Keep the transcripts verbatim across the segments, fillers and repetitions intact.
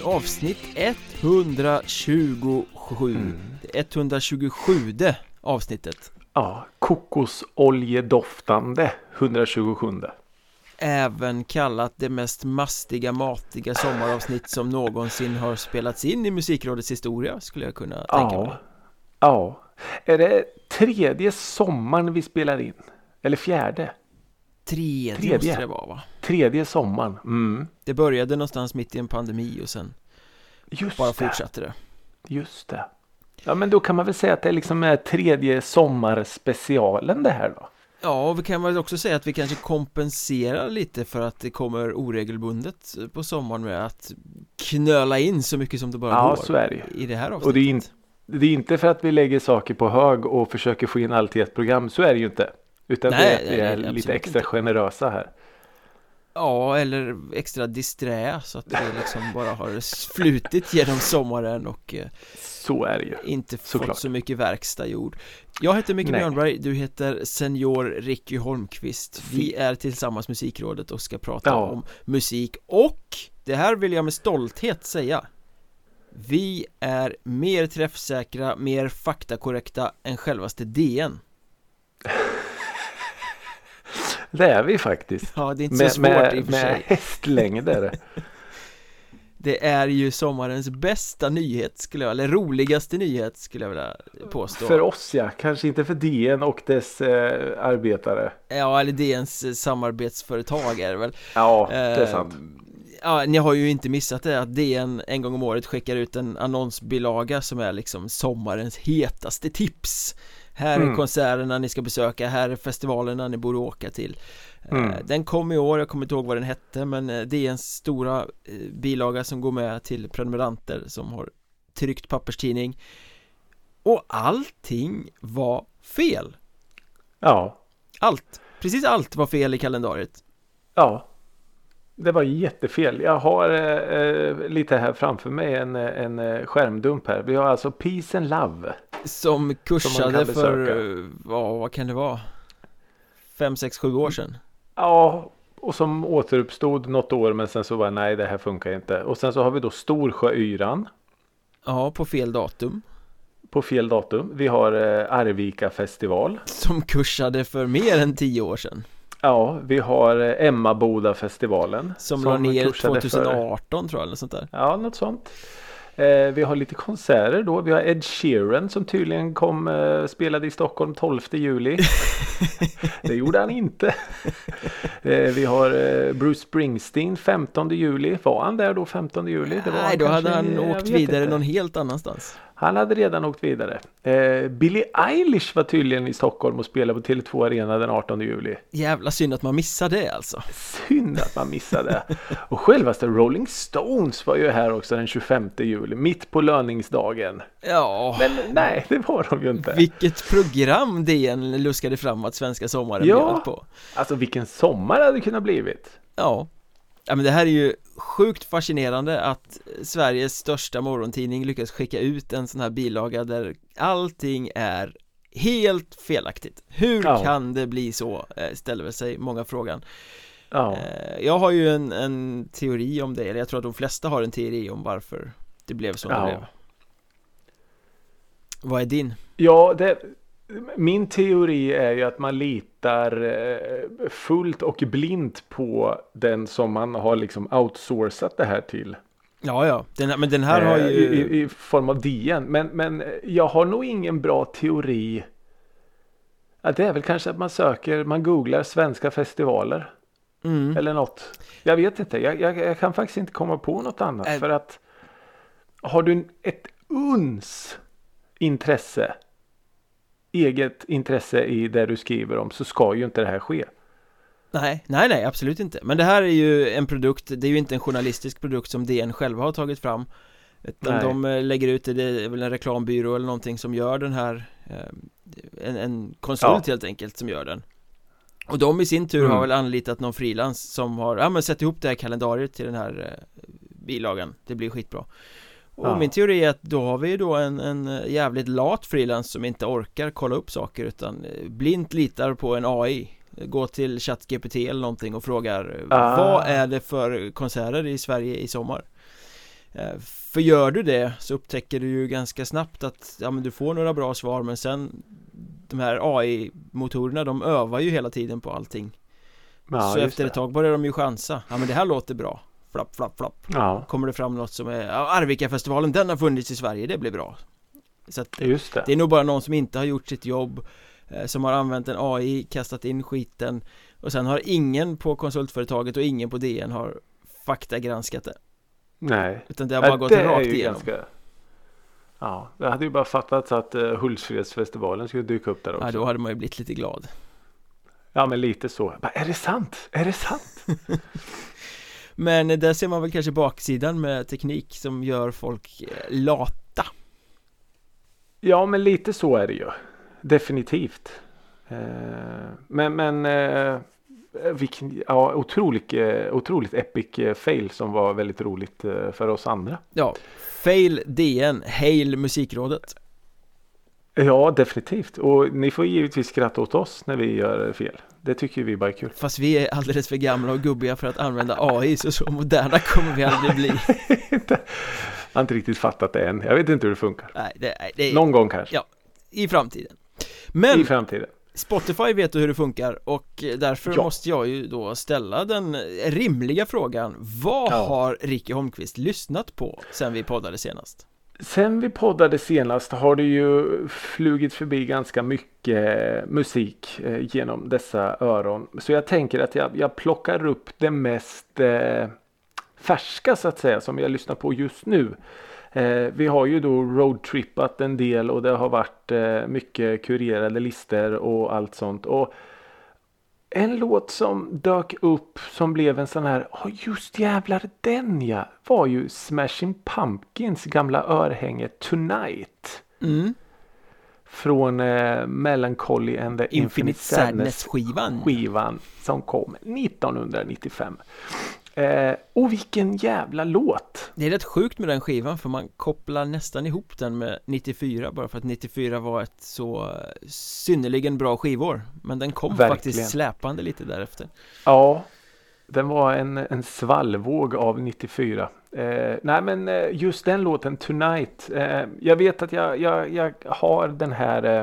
avsnitt etthundratjugosju. Mm. etthundratjugosjude avsnittet. Ja, kokosoljedoftande etthundratjugosju. Även kallat det mest mastiga, matiga sommaravsnitt som någonsin har spelats in i Musikrådets historia, skulle jag kunna tänka ja. mig. Ja. Är det tredje sommaren vi spelar in? Eller fjärde? Tredje, tredje. måste det vara, va? Tredje sommaren. Mm. Det började någonstans mitt i en pandemi och sen Just bara det. fortsatte det. Just det. Ja, men då kan man väl säga att det liksom är tredje sommarspecialen det här då. Ja, och vi kan väl också säga att vi kanske kompenserar lite för att det kommer oregelbundet på sommaren med att knöla in så mycket som det bara ja, går så är det. I det här avsnittet. Och det är, in, det är inte för att vi lägger saker på hög och försöker få in allt i ett program, så är det ju inte. Utan nej, det är att vi nej, är nej, lite extra inte. generösa här. Ja, eller extra disträ så att vi liksom bara har flutit genom sommaren och så är det ju. Inte Såklart. fått så mycket verkstad gjord. Jag heter Micke Björnberg, du heter Senior Ricky Holmqvist. Vi är tillsammans Musikrådet och ska prata ja. om musik. Och det här vill jag med stolthet säga. Vi är mer träffsäkra, mer faktakorrekta än självaste D N. Det är vi faktiskt. Ja, det är inte med, så svårt med, i och för med sig. hästlängder. Det är ju sommarens bästa nyhet skulle jag, eller roligaste nyhet skulle jag vilja påstå. För oss ja, kanske inte för D N och dess eh, arbetare. Ja, eller D N:s samarbetsföretag är det väl. Ja, det är sant. Eh, ja, ni har ju inte missat det att D N en gång om året skickar ut en annonsbilaga som är liksom sommarens hetaste tips. Här är mm. konserterna ni ska besöka, här är festivalerna ni borde åka till. Mm. Den kom i år, jag kommer inte ihåg vad den hette, men det är en stora bilaga som går med till prenumeranter som har tryckt papperstidning. Och allting var fel. Ja. Allt, precis allt var fel i kalendariet. Ja. Det var jättefel. Jag har eh, lite här framför mig en, en skärmdump här. Vi har alltså Peace and Love. Som kursade som för, vad, vad kan det vara? Fem, sex, sju år sedan. Ja, och som återuppstod något år, men sen så var nej, det här funkar inte. Och sen så har vi då Storsjöyran. Ja, på fel datum. På fel datum. Vi har eh, Arvika festival. Som kursade för mer än tio år sedan. Ja, vi har Emmaboda-festivalen. Som, som la ner tjugoarton för... tror jag, eller sånt där. Ja, något sånt. Eh, vi har lite konserter då. Vi har Ed Sheeran som tydligen kom eh, spelade i Stockholm tolfte juli. Det gjorde han inte. eh, vi har eh, Bruce Springsteen femtonde juli. Var han där då femtonde juli? Det var Nej, då kanske, hade han åkt vidare inte. någon helt annanstans. Han hade redan åkt vidare. Eh, Billie Eilish var tydligen i Stockholm och spelade på Tele två Arena den artonde juli. Jävla synd att man missade det alltså. Synd att man missade. Och självaste Rolling Stones var ju här också den tjugofemte juli. Mitt på löningsdagen. Ja. Men nej, det var de ju inte. Vilket program D N luskade fram att svenska sommaren ja, blev på. Alltså vilken sommar hade det kunnat blivit. Ja. Ja, men det här är ju sjukt fascinerande att Sveriges största morgontidning lyckas skicka ut en sån här bilaga där allting är helt felaktigt. Hur ja. kan det bli så? Ställer sig många frågan. Ja. Jag har ju en, en teori om det, eller jag tror att de flesta har en teori om varför det blev som ja. det blev. Vad är din? Ja, det... Min teori är ju att man litar fullt och blint på den som man har liksom outsourcat det här till. Ja, ja. Den, men den här har ju... I, i form av D N. Men, men jag har nog ingen bra teori. Ja, det är väl kanske att man söker, man googlar svenska festivaler. Mm. Eller något. Jag vet inte. Jag, jag, jag kan faktiskt inte komma på något annat. Äh... För att har du ett uns intresse... eget intresse i det du skriver om, så ska ju inte det här ske. Nej, nej, nej, absolut inte. Men det här är ju en produkt, det är ju inte en journalistisk produkt som D N själva har tagit fram. Utan nej. de lägger ut det, det är väl en reklambyrå eller någonting som gör den här, en, en konsult ja. helt enkelt som gör den. Och de i sin tur mm. har väl anlitat någon frilans som har ja, men sett ihop det här kalendariet till den här bilagan. Det blir skitbra. Och ja. min teori är att då har vi då en, en jävligt lat frilans som inte orkar kolla upp saker utan blint litar på en A I. Gå till ChatGPT eller någonting och frågar ah. vad är det för konserter i Sverige i sommar? För gör du det så upptäcker du ju ganska snabbt att ja, men du får några bra svar, men sen de här A I-motorerna, de övar ju hela tiden på allting. Ja, så efter ett tag börjar de ju chansa. Ja, men det här låter bra. Flapp, flapp, flapp. Ja. Kommer det fram något som är ja, Arvika-festivalen, den har funnits i Sverige, det blir bra. Så att just det. det är nog bara någon som inte har gjort sitt jobb, eh, som har använt en A I, kastat in skiten, och sen har ingen på konsultföretaget och ingen på D N har faktagranskat det. Nej. Utan det har bara ja, gått rakt igenom. Ganska... Ja, det hade ju bara fattat att uh, Hultsfredsfestivalen skulle dyka upp där också. Ja, då hade man ju blivit lite glad. Ja, men lite så. Bara, är det sant? Är det sant? Men där ser man väl kanske baksidan med teknik som gör folk lata. Ja, men lite så är det ju. Definitivt. Eh, men men eh, vilken, ja, otroligt, otroligt epic fail som var väldigt roligt för oss andra. Ja, fail D N, hail musikrådet. Ja, definitivt. Och ni får givetvis skratta åt oss när vi gör fel. Det tycker vi bara är kul. Fast vi är alldeles för gamla och gubbiga för att använda A I, så så moderna kommer vi aldrig bli. Jag har inte riktigt fattat det än. Jag vet inte hur det funkar. Nej, det, det är... Någon gång kanske. Ja, i framtiden. Men I framtiden. Spotify vet du hur det funkar, och därför ja. måste jag ju då ställa den rimliga frågan. Vad ja. har Ricky Holmqvist lyssnat på sen vi poddade senast? Sen vi poddade senast har det ju flugit förbi ganska mycket musik eh, genom dessa öron. Så jag tänker att jag, jag plockar upp det mest eh, färska så att säga som jag lyssnar på just nu. Eh, vi har ju då roadtrippat en del och det har varit eh, mycket kurerade lister och allt sånt. Och en låt som dök upp som blev en sån här, ja oh, just jävlar den ja, var ju Smashing Pumpkins gamla örhänge Tonight. Mm. Från eh, Melancholy and the Infinite, Infinite Sadness skivan. skivan som kom nittonhundranittiofem. Eh, och vilken jävla låt. Det är rätt sjukt med den skivan, för man kopplar nästan ihop den med nittiofyra, bara för att nittiofyra var ett så synnerligen bra skivår. Men den kom Verkligen. faktiskt släpande lite därefter. Ja, den var en, en svallvåg av nittiofyra. Eh, nej men just den låten Tonight, eh, jag vet att jag, jag, jag har den här eh,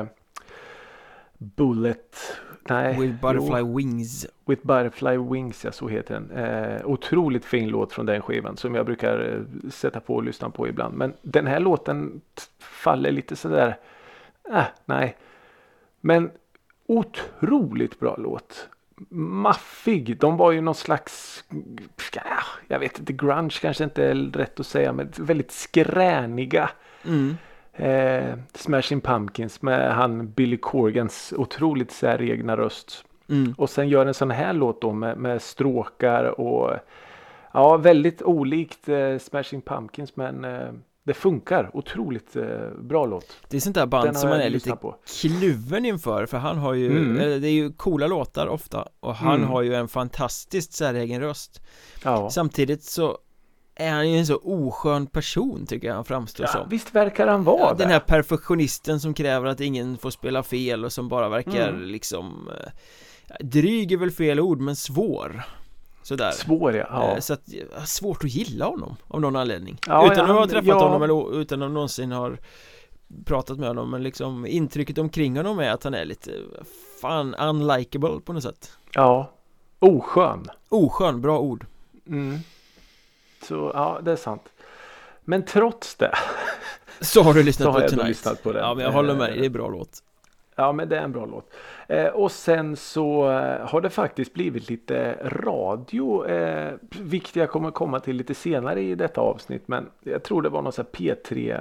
Bullet Nej, With Butterfly jo. Wings. With Butterfly Wings, ja, så heter den. Eh, otroligt fin låt från den skivan som jag brukar eh, sätta på och lyssna på ibland. Men den här låten t- faller lite sådär. Äh, nej. Men otroligt bra låt. Maffig. De var ju någon slags, jag vet inte, grunge kanske inte är rätt att säga, men väldigt skräniga. Mm. Eh, Smashing Pumpkins med han Billy Corgans otroligt säregna röst. Mm. Och sen gör en sån här låt då med, med stråkar och ja, väldigt olikt eh, Smashing Pumpkins, men eh, det funkar. Otroligt eh, bra låt. Det är sånt där band som man är lite på. kluven inför, för han har ju mm. eh, det är ju coola låtar ofta, och han mm. har ju en fantastiskt säregen röst. Ja. Samtidigt så är han ju en så oskön person, tycker jag han framstår ja, som. Visst verkar han vara ja, den här perfektionisten som kräver att ingen får spela fel och som bara verkar mm. liksom eh, dryg är väl fel ord, men svår. Sådär. Svår, ja. ja. Så att, svårt att gilla honom av någon anledning. Ja, utan ja, att ha träffat ja. honom eller utan att någonsin har pratat med honom, men liksom intrycket omkring honom är att han är lite fan unlikable på något sätt. Ja, oskön. Oskön, bra ord. Mm. Så ja, det är sant. Men trots det så har du lyssnat, på, på Tonight. lyssnat på den. Ja, men jag håller med, det är en bra låt. Ja, men det är en bra låt. Eh, och sen så eh, har det faktiskt blivit lite radio, eh, vilket jag kommer komma till lite senare i detta avsnitt. Men jag tror det var någon sån här P tre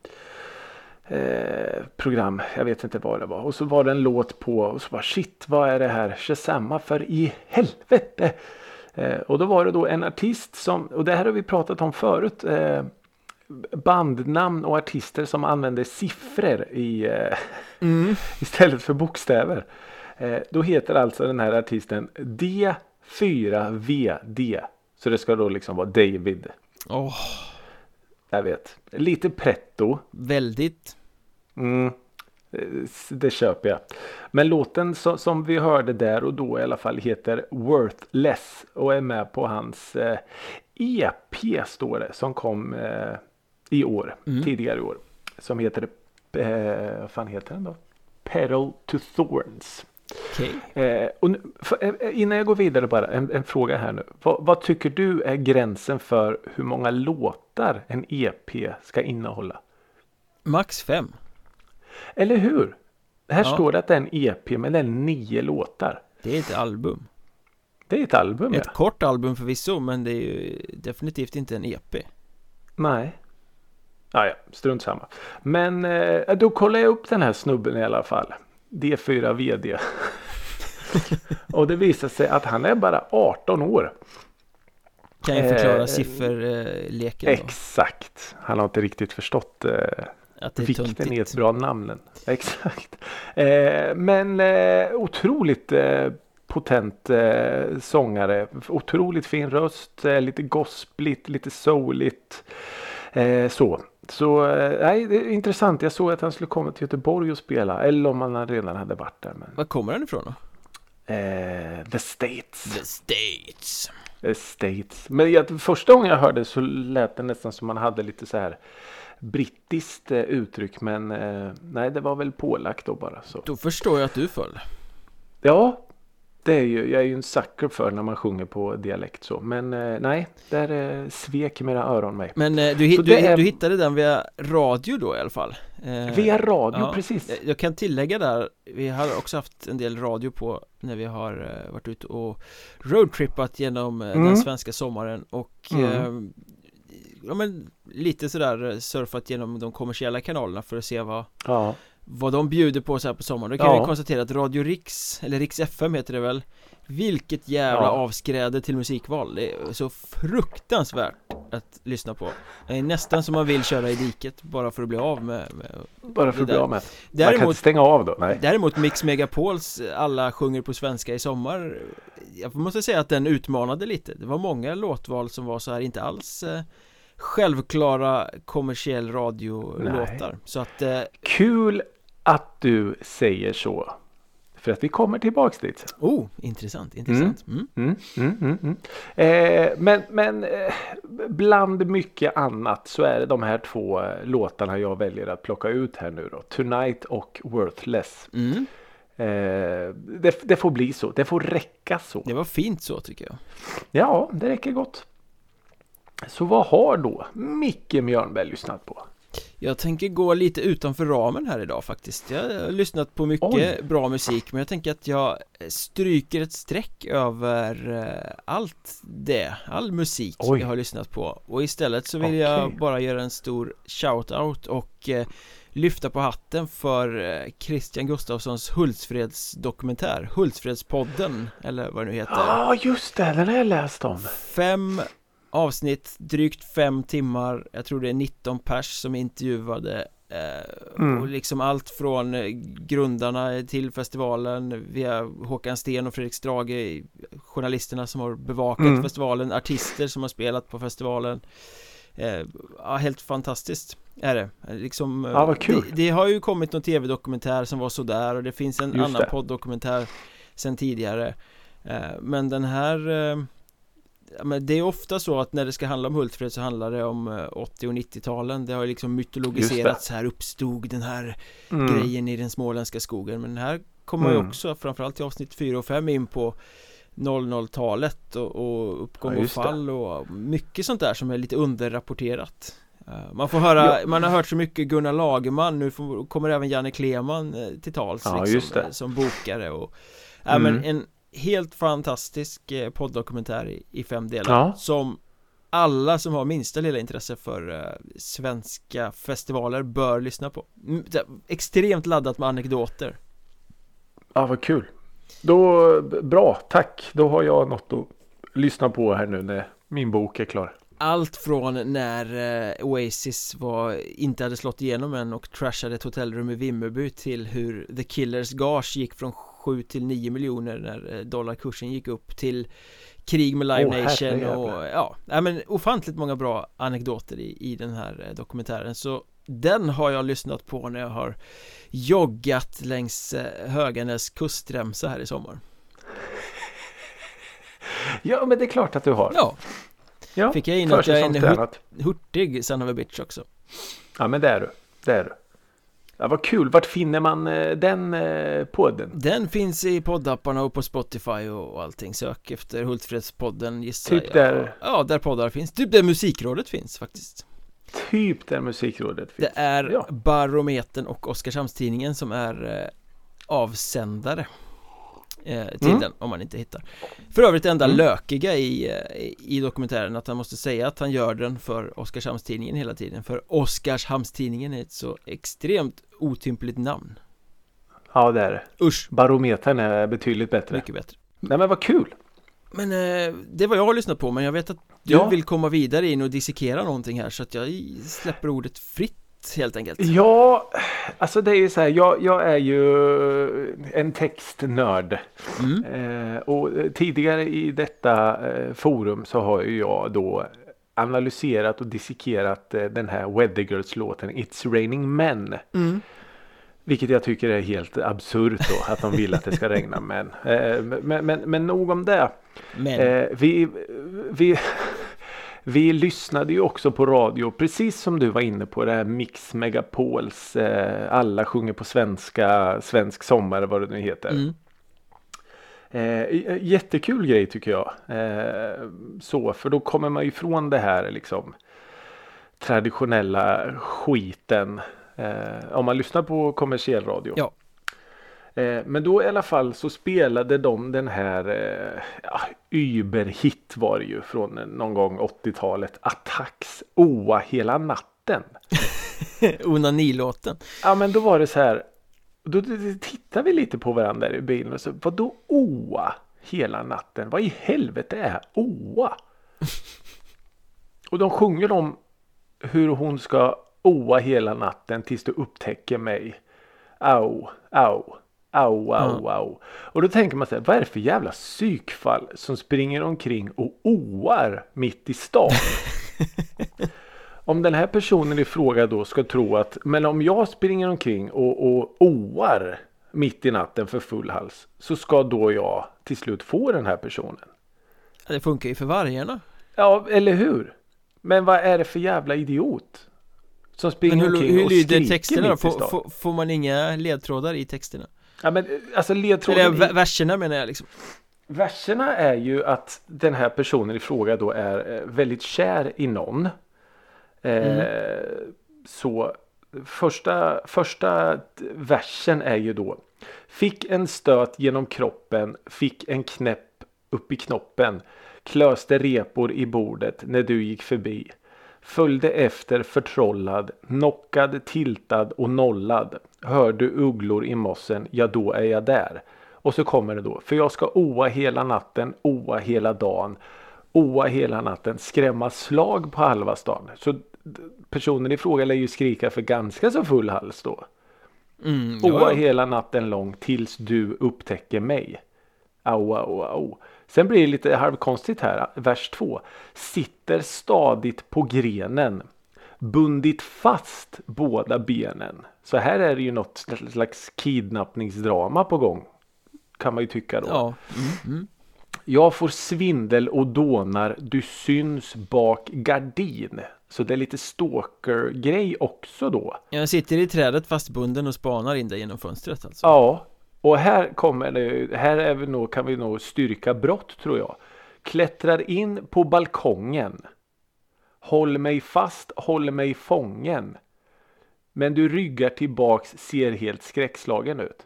eh, program, jag vet inte vad det var. Och så var det en låt på och så bara shit, vad är det här? Shazamma för i helvete! Eh, och då var det då en artist som, och det här har vi pratat om förut, eh, bandnamn och artister som använder siffror i, eh, mm. istället för bokstäver. Eh, då heter alltså den här artisten D fyra V D. Så det ska då liksom vara David. Åh. Oh. Jag vet. Lite pretto. Väldigt. Mm. Det köper jag. Men låten så, som vi hörde där och då i alla fall heter Worthless och är med på hans eh, E P står det som kom eh, i år, mm. tidigare i år. Som heter, eh, vad fan heter den då? Pedal to Thorns. Okay. Eh, och nu, för, eh, innan jag går vidare bara, en, en fråga här nu. Va, vad tycker du är gränsen för hur många låtar en E P ska innehålla? Max fem. Eller hur? Här ja. står det att det är en E P, men det är nio låtar. Det är ett album. Det är ett album, Ett ja. kort album förvisso, men det är ju definitivt inte en E P. Nej. Ja, ja, strunt samma. Men eh, då kollar jag upp den här snubben i alla fall. D fyra V D. Och det visar sig att han är bara arton år. Kan jag förklara eh, sifferleken eh, Exakt. Han har inte riktigt förstått eh, att det är vikten tuntigt. i ett bra namn. Exakt. Eh, men eh, otroligt eh, potent eh, sångare. Otroligt fin röst. Eh, lite gospligt, lite souligt. Eh, så. Så eh, nej, det är intressant. Jag såg att han skulle komma till Göteborg och spela. Eller om han redan hade varit där. Men... Var kommer han ifrån då? Eh, The States. The States. The States. Men jag, första gången jag hörde så lät det nästan som man hade lite så här brittiskt eh, uttryck. Men eh, nej, det var väl pålagt då bara. Så. Då förstår jag att du föll. Ja, det är ju, jag är ju en sucker för när man sjunger på dialekt så. Men eh, nej, där eh, svek mina öron mig. Men eh, du, du, är... du hittade den via radio då i alla fall? Eh, via radio, ja, precis. Jag, jag kan tillägga där, vi har också haft en del radio på när vi har eh, varit ute och roadtrippat genom eh, mm. den svenska sommaren. Och mm. eh, ja, men, lite sådär surfat genom de kommersiella kanalerna för att se vad... Ja. vad de bjuder på så här på sommaren. Då kan ja. vi konstatera att Radio Riks, eller Riks F M heter det väl, vilket jävla ja. avskräde till musikval. Det är så fruktansvärt att lyssna på. Det är nästan som man vill köra i diket bara för att bli av med, med bara för att bli av med. Däremot, man kan inte stänga av då. Nej. Däremot Mix Megapols Alla sjunger på svenska i sommar, jag måste säga att den utmanade lite. Det var många låtval som var så här inte alls eh, självklara kommersiell radiolåtar. Så att eh, kul att du säger så. För att vi kommer tillbaks dit. Oh, intressant, intressant. Mm. Mm. Mm, mm, mm. Eh, men men eh, bland mycket annat så är det de här två eh, låtarna jag väljer att plocka ut här nu då. Tonight och Worthless. Mm. Eh, det, det får bli så. Det får räcka så. Det var fint så tycker jag. Ja, det räcker gott. Så vad har då Micke Mjörnberg lyssnat på? Jag tänker gå lite utanför ramen här idag faktiskt. Jag har lyssnat på mycket Oj. bra musik, men jag tänker att jag stryker ett streck över allt det, all musik Oj. jag har lyssnat på. Och istället så vill okay. jag bara göra en stor shout-out och eh, lyfta på hatten för eh, Christian Gustafssons Hultsfreds dokumentär, Hultsfredspodden, eller vad det nu heter. Ja, ah, just det, den har jag läst om. Fem avsnitt, drygt fem timmar. Jag tror det är nitton pers som intervjuade eh, mm. och liksom allt från grundarna till festivalen via Håkan Sten och Fredrik Strage, journalisterna som har bevakat mm. festivalen, artister som har spelat på festivalen. Eh, ja, helt fantastiskt är det. Liksom, ja, vad kul. Det, det har ju kommit någon tv-dokumentär som var sådär, och det finns en Just annan det. podd-dokumentär sen tidigare. Eh, men den här eh, men det är ofta så att när det ska handla om Hultsfred så handlar det om åttio- och nittio-talen. Det har liksom mytologiserats, här uppstod den här mm. grejen i den småländska skogen. Men här kommer mm. ju också framförallt i avsnitt fyra och fem in på noll noll-talet och, och uppgång ja, och fall och mycket sånt där som är lite underrapporterat. Man får höra, ja. man har hört så mycket Gunnar Lagerman, nu får, kommer även Janne Kleman till tals ja, liksom, som bokare och mm. ja, men en helt fantastisk eh, podddokumentär i, i fem delar ja. som alla som har minsta lilla intresse för eh, svenska festivaler bör lyssna på. Mm, extremt laddat med anekdoter. Ja, vad kul. Då, bra, tack. Då har jag något att lyssna på här nu när min bok är klar. Allt från när eh, Oasis var, inte hade slått igenom än och trashade ett hotellrum i Vimmerby till hur The Killers gage gick från sju till nio miljoner när dollarkursen gick upp, till krig med Live oh, Nation och ja, ja, men ofantligt många bra anekdoter i, i den här dokumentären. Så den har jag lyssnat på när jag har joggat längs Höganäs kustremsa här i sommar. Ja, men det är klart att du har. Ja. Ja, fick jag in att jag är en hurt, hurtig son of a bitch också. Ja, men det är du. Det är du. Ja, vad kul. Vart finner man eh, den eh, podden? Den finns i poddapparna och på Spotify och allting. Sök efter Hultfredspodden, gissar typ jag. Där... Ja, där poddar finns. Typ där Musikrådet finns faktiskt. Typ där Musikrådet finns. Det är ja. Barometern och Oskarshamnstidningen som är eh, avsändare eh, till mm. den, om man inte hittar. För övrigt det enda mm. lökiga i, i dokumentären att han måste säga att han gör den för Oskarshamnstidningen hela tiden. För Oskarshamnstidningen är ett så extremt otympligt namn. Ja, det är det. Usch. Barometern är betydligt bättre. Mycket bättre. Nej, men vad kul. Men eh, det var jag har lyssnat på, men jag vet att du ja. vill komma vidare in och dissekera någonting här, så att jag släpper ordet fritt helt enkelt. Ja, alltså det är ju så här, jag, jag är ju en textnörd. Mm. Eh, och tidigare i detta eh, forum så har ju jag då analyserat och dissekerat eh, den här Weather Girls-låten It's Raining Men. Mm. Vilket jag tycker är helt absurt då, att de vill att det ska regna män. Eh, men, men, men nog om det. Eh, vi, vi, vi lyssnade ju också på radio, precis som du var inne på, det här Mix Megapols, eh, alla sjunger på svenska, svensk sommar, vad det nu heter. Mm. Eh, jättekul grej tycker jag. Eh, så, för då kommer man ifrån det här liksom traditionella skiten. Eh, om man lyssnar på kommersiell radio. Ja. Eh, men då i alla fall så spelade de den här eh, ja, Uber-hit var det ju från någon gång åttiotalet. Attacks Oa hela natten. Onanilåten. Ja, men då var det så här. Då, då, då tittar vi lite på varandra i bilen och så, vad då Oa hela natten? Vad i helvete är Oa? Och de sjunger om hur hon ska oa hela natten tills du upptäcker mig. Au, au, au, au, mm. au. Och då tänker man så här, vad är det för jävla psykfall som springer omkring och oar mitt i stan? Om den här personen i fråga då ska tro att, men om jag springer omkring och, och oar mitt i natten för full hals, så ska då jag till slut få den här personen. Det funkar ju för vargarna. Ja, eller hur? Men vad är det för jävla idiot? Som springer men hur, omkring hur och lyder skriker texterna då? Får, får, får man inga ledtrådar i texterna? Ja, men alltså ledtrådar... Eller i... verserna menar jag liksom. Verserna är ju att den här personen i fråga då är väldigt kär i någon. Mm. Eh, så första, första versen är ju då: fick en stöt genom kroppen, fick en knäpp upp i knoppen, klöste repor i bordet när du gick förbi. Följde efter förtrollad, knockad, tiltad och nollad. Hör du ugglor i mossen, ja då är jag där. Och så kommer det då: för jag ska oa hela natten, oa hela dagen, oa hela natten, skrämma slag på halva stan. Så personen i fråga lär ju skrika för ganska så full hals då. Mm, ja. Oa hela natten lång tills du upptäcker mig. Au, au, au. Sen blir det lite halvkonstigt här. Vers två. Sitter stadigt på grenen. Bundit fast båda benen. Så här är det ju något slags kidnappningsdrama på gång. Kan man ju tycka då. Ja. Mm, mm. Jag får svindel och dånar. Du syns bak gardin. Så det är lite stalker-grej också då. Jag sitter i trädet fastbunden och spanar in dig genom fönstret alltså. Ja. Och här kommer det, här är vi nog, kan vi nog styrka brott tror jag. Klättrar in på balkongen. Håll mig fast, håll mig fången. Men du ryggar tillbaks, ser helt skräckslagen ut.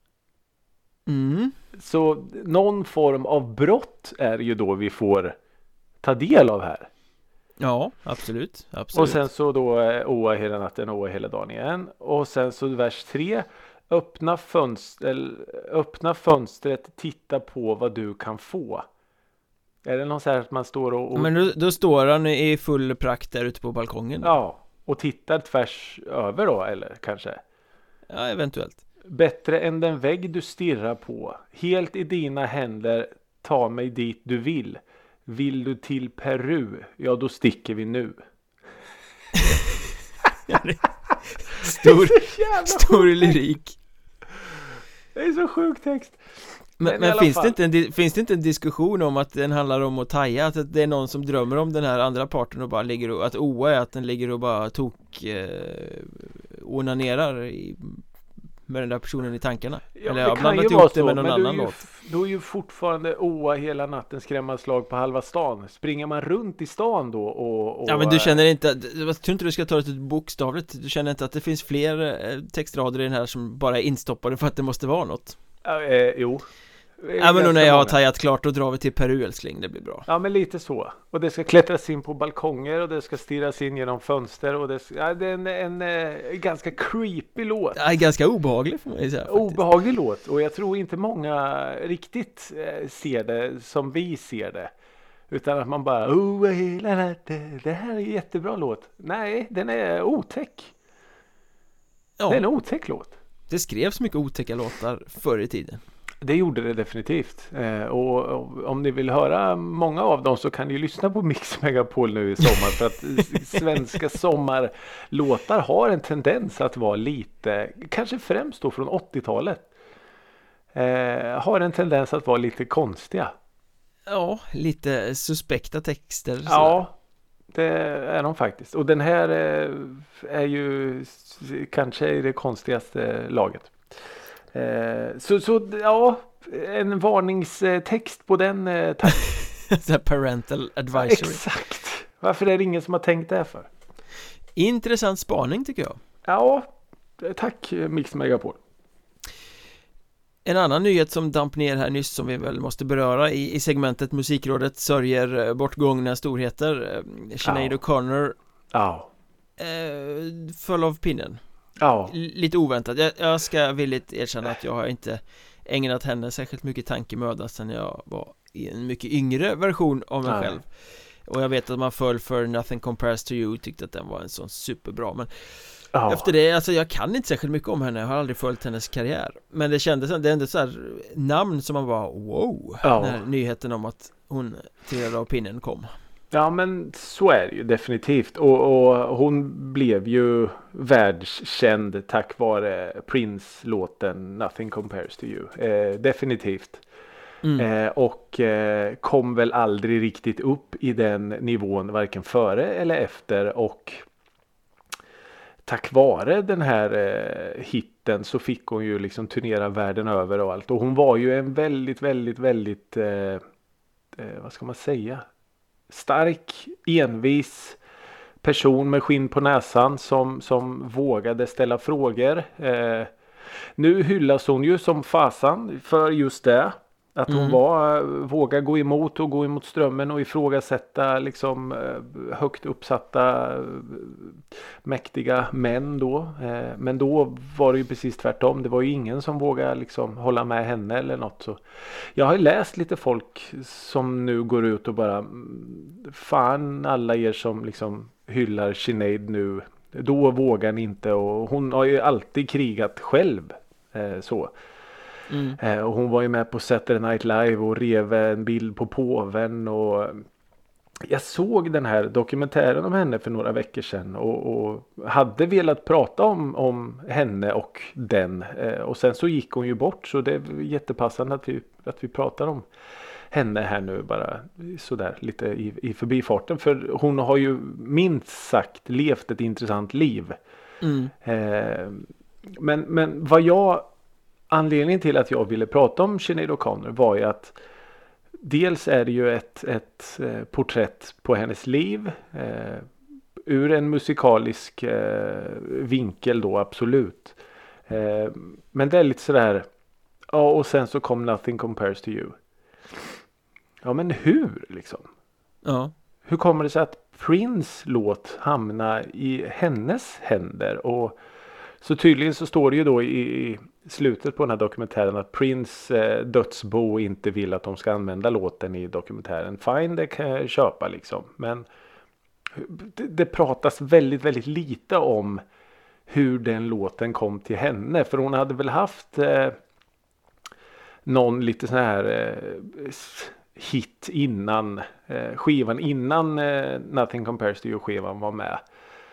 Mm. Så någon form av brott är ju då vi får ta del av här. Ja, absolut, absolut. Och sen så då oa hela natten, oa hela dagen igen. Och sen så vers tre. Öppna, fönster, öppna fönstret, titta på vad du kan få. Är det någon så här att man står och... och... Men då, då står han i full prakt där ute på balkongen. Ja, och tittar tvärs över då, eller kanske? Ja, eventuellt. Bättre än den vägg du stirrar på. Helt i dina händer, ta mig dit du vill. Vill du till Peru? Ja, då sticker vi nu. Stor, stor lyrik. Det är så sjuk text. Men, men, men finns, det inte en, finns det inte en diskussion om att den handlar om att taja? Att det är någon som drömmer om den här andra parten och bara ligger och, att O A är att den ligger och bara tok eh, onanerar i, med den där personen i tankarna? Ja, eller jag har blandat ihop det med någon annan låt? Då är ju fortfarande O A hela natten skrämma slag på halva stan. Springer man runt i stan då och... och ja, men du känner inte, jag tror inte du ska ta det bokstavligt. Du känner inte att det finns fler textrader i den här som bara är instoppade för att det måste vara något? Ja, eh, jo. Ja, men när jag har tajat klart då drar vi till Peru, älskling, det blir bra. Ja, men lite så. Och det ska klättras in på balkonger och det ska stirras in genom fönster och det, ska, ja, det är en, en, en ganska creepy låt. Ja, ganska obehaglig för mig säga, obehaglig låt, och jag tror inte många riktigt eh, ser det som vi ser det. Utan att man bara, oh, hela natten, det här är en jättebra låt. Nej, den är otäck. Ja. Det är en otäck låt. Det skrevs mycket otäcka låtar förr i tiden. Det gjorde det definitivt. Eh, och, och om ni vill höra många av dem så kan ni lyssna på Mix Megapol nu i sommar. För att svenska sommarlåtar har en tendens att vara lite, kanske främst då från åttiotalet. Eh, har en tendens att vara lite konstiga. Ja, lite suspekta texter. Så. Ja, det är de faktiskt. Och den här eh, är ju kanske i det konstigaste laget. Eh, så, så ja, en varningstext på den eh, tack. Parental advisory. Exakt. Varför är det ingen som har tänkt det för? Intressant spaning tycker jag. Ja, tack Mix Megapol. En annan nyhet som damp ner här nyss som vi väl måste beröra i, i segmentet Musikrådet sörjer bortgångna storheter. Sinéad O'Connor ja. eh, föll av pinnen. Ja. L- lite oväntat. Jag, jag ska villigt erkänna att jag har inte ägnat henne särskilt mycket tankemöda sedan jag var i en mycket yngre version av mig Nej. själv. Och jag vet att man föll för Nothing Compares to You, tyckte att den var en sån superbra, men ja. Efter det, alltså jag kan inte särskilt mycket om henne, jag har aldrig följt hennes karriär. Men det kändes, det är ändå så här namn som man bara wow, ja. När nyheten om att hon trillade av pinnen kom. Ja, men så är det ju definitivt. Och, och hon blev ju världskänd tack vare Prince-låten Nothing Compares to You. Eh, definitivt. Mm. Eh, och eh, kom väl aldrig riktigt upp i den nivån varken före eller efter. Och tack vare den här eh, hitten så fick hon ju liksom turnera världen över och allt. Och hon var ju en väldigt, väldigt, väldigt, eh, eh, vad ska man säga? Stark, envis person med skinn på näsan som, som vågade ställa frågor. Eh, nu hyllas hon ju som fasan för just det. Att hon mm. var, våga gå emot och gå emot strömmen och ifrågasätta liksom högt uppsatta mäktiga män då. Men då var det ju precis tvärtom. Det var ju ingen som vågade liksom hålla med henne eller något. Så jag har läst lite folk som nu går ut och bara fan alla er som liksom hyllar Sinéad nu. Då vågar ni inte, och hon har ju alltid krigat själv så. Mm. Eh, och hon var ju med på Saturday Night Live och rev en bild på påven, och jag såg den här dokumentären om henne för några veckor sedan och, och hade velat prata om, om henne och den eh, och sen så gick hon ju bort, så det är jättepassande att vi, att vi pratar om henne här nu bara sådär lite i, i förbifarten, för hon har ju minst sagt levt ett intressant liv. Mm. Eh, men, men vad jag Anledningen till att jag ville prata om Sinéad O'Connor var ju att dels är det ju ett, ett eh, porträtt på hennes liv eh, ur en musikalisk eh, vinkel då, absolut. Eh, men det är lite sådär, ja, och sen så kom Nothing Compares to You. Ja, men hur liksom? Ja. Hur kommer det sig att Prince låt hamna i hennes händer? Och så tydligen så står det ju då i, i slutet på den här dokumentären att Prince eh, dödsbo inte vill att de ska använda låten i dokumentären. Fine, det kan jag köpa liksom. Men det, det pratas väldigt, väldigt lite om hur den låten kom till henne. För hon hade väl haft eh, någon lite sån här eh, hit innan eh, skivan, innan eh, Nothing Compares to You skivan var med.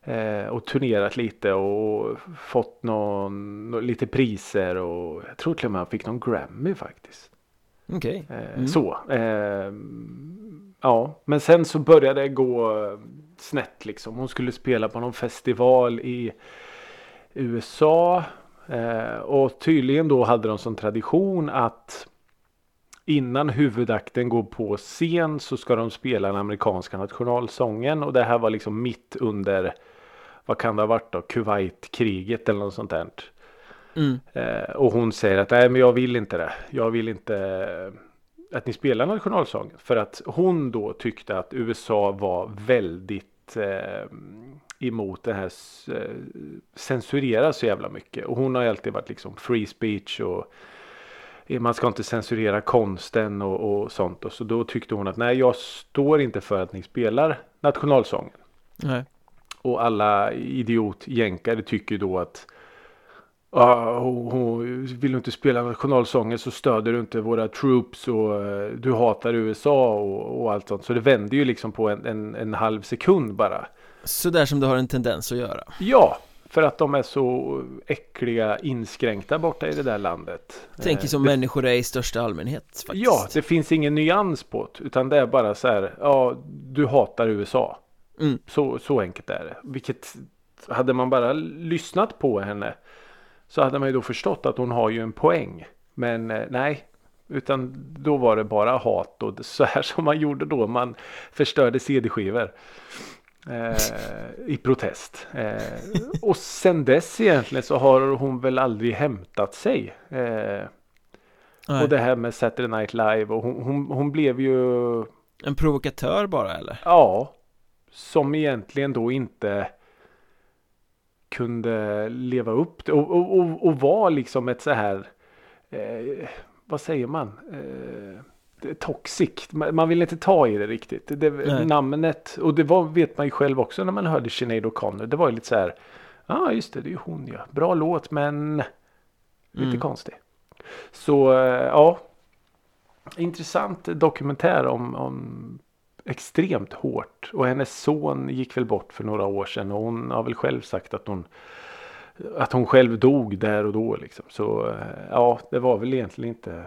Eh, och turnerat lite och fått någon, no, lite priser och jag tror till och med han fick någon Grammy faktiskt. Okej. Okay. Eh, mm. Så. Eh, ja, men sen så började det gå snett liksom. Hon skulle spela på någon festival i U S A eh, och tydligen då hade de som tradition att innan huvudakten går på scen så ska de spela den amerikanska nationalsången och det här var liksom mitt under, vad kan det ha varit då, Kuwait-kriget eller något sånt där. Mm. Eh, och hon säger att nej men jag vill inte det. Jag vill inte att ni spelar nationalsången. För att hon då tyckte att U S A var väldigt eh, emot det här eh, censurera så jävla mycket. Och hon har alltid varit liksom free speech och man ska inte censurera konsten och, och sånt. Och så då tyckte hon att nej, jag står inte för att ni spelar nationalsången. Nej. Och alla idiotjänkare tycker då att ah, hon, hon vill du inte spela nationalsången så stöder du inte våra troops och uh, du hatar U S A och, och allt sånt. Så det vänder ju liksom på en, en, en halv sekund bara. Så där som du har en tendens att göra. Ja. För att de är så äckliga, inskränkta borta i det där landet. Tänker som det, människor är i största allmänhet faktiskt. Ja, det finns ingen nyans på det. Utan det är bara så här, ja, du hatar U S A. Mm. Så, så enkelt är det. Vilket, hade man bara lyssnat på henne så hade man ju då förstått att hon har ju en poäng. Men eh, nej, utan då var det bara hat och så här som man gjorde då. Man förstörde C D-skivor. Eh, i protest eh, och sen dess egentligen så har hon väl aldrig hämtat sig eh, och det här med Saturday Night Live och hon, hon, hon blev ju en provokatör bara eller? Ja, som egentligen då inte kunde leva upp till, och, och, och, och var liksom ett så här eh, vad säger man eh, toxic. Man vill inte ta i det riktigt. Det, namnet, och det var, vet man ju själv också när man hörde Sinéad O'Connor. Det var ju lite så här, ja ah, just det, det är ju hon ja. Bra låt men lite mm. konstig. Så ja, intressant dokumentär om, om extremt hårt. Och hennes son gick väl bort för några år sedan och hon har väl själv sagt att hon att hon själv dog där och då liksom. Så ja, det var väl egentligen inte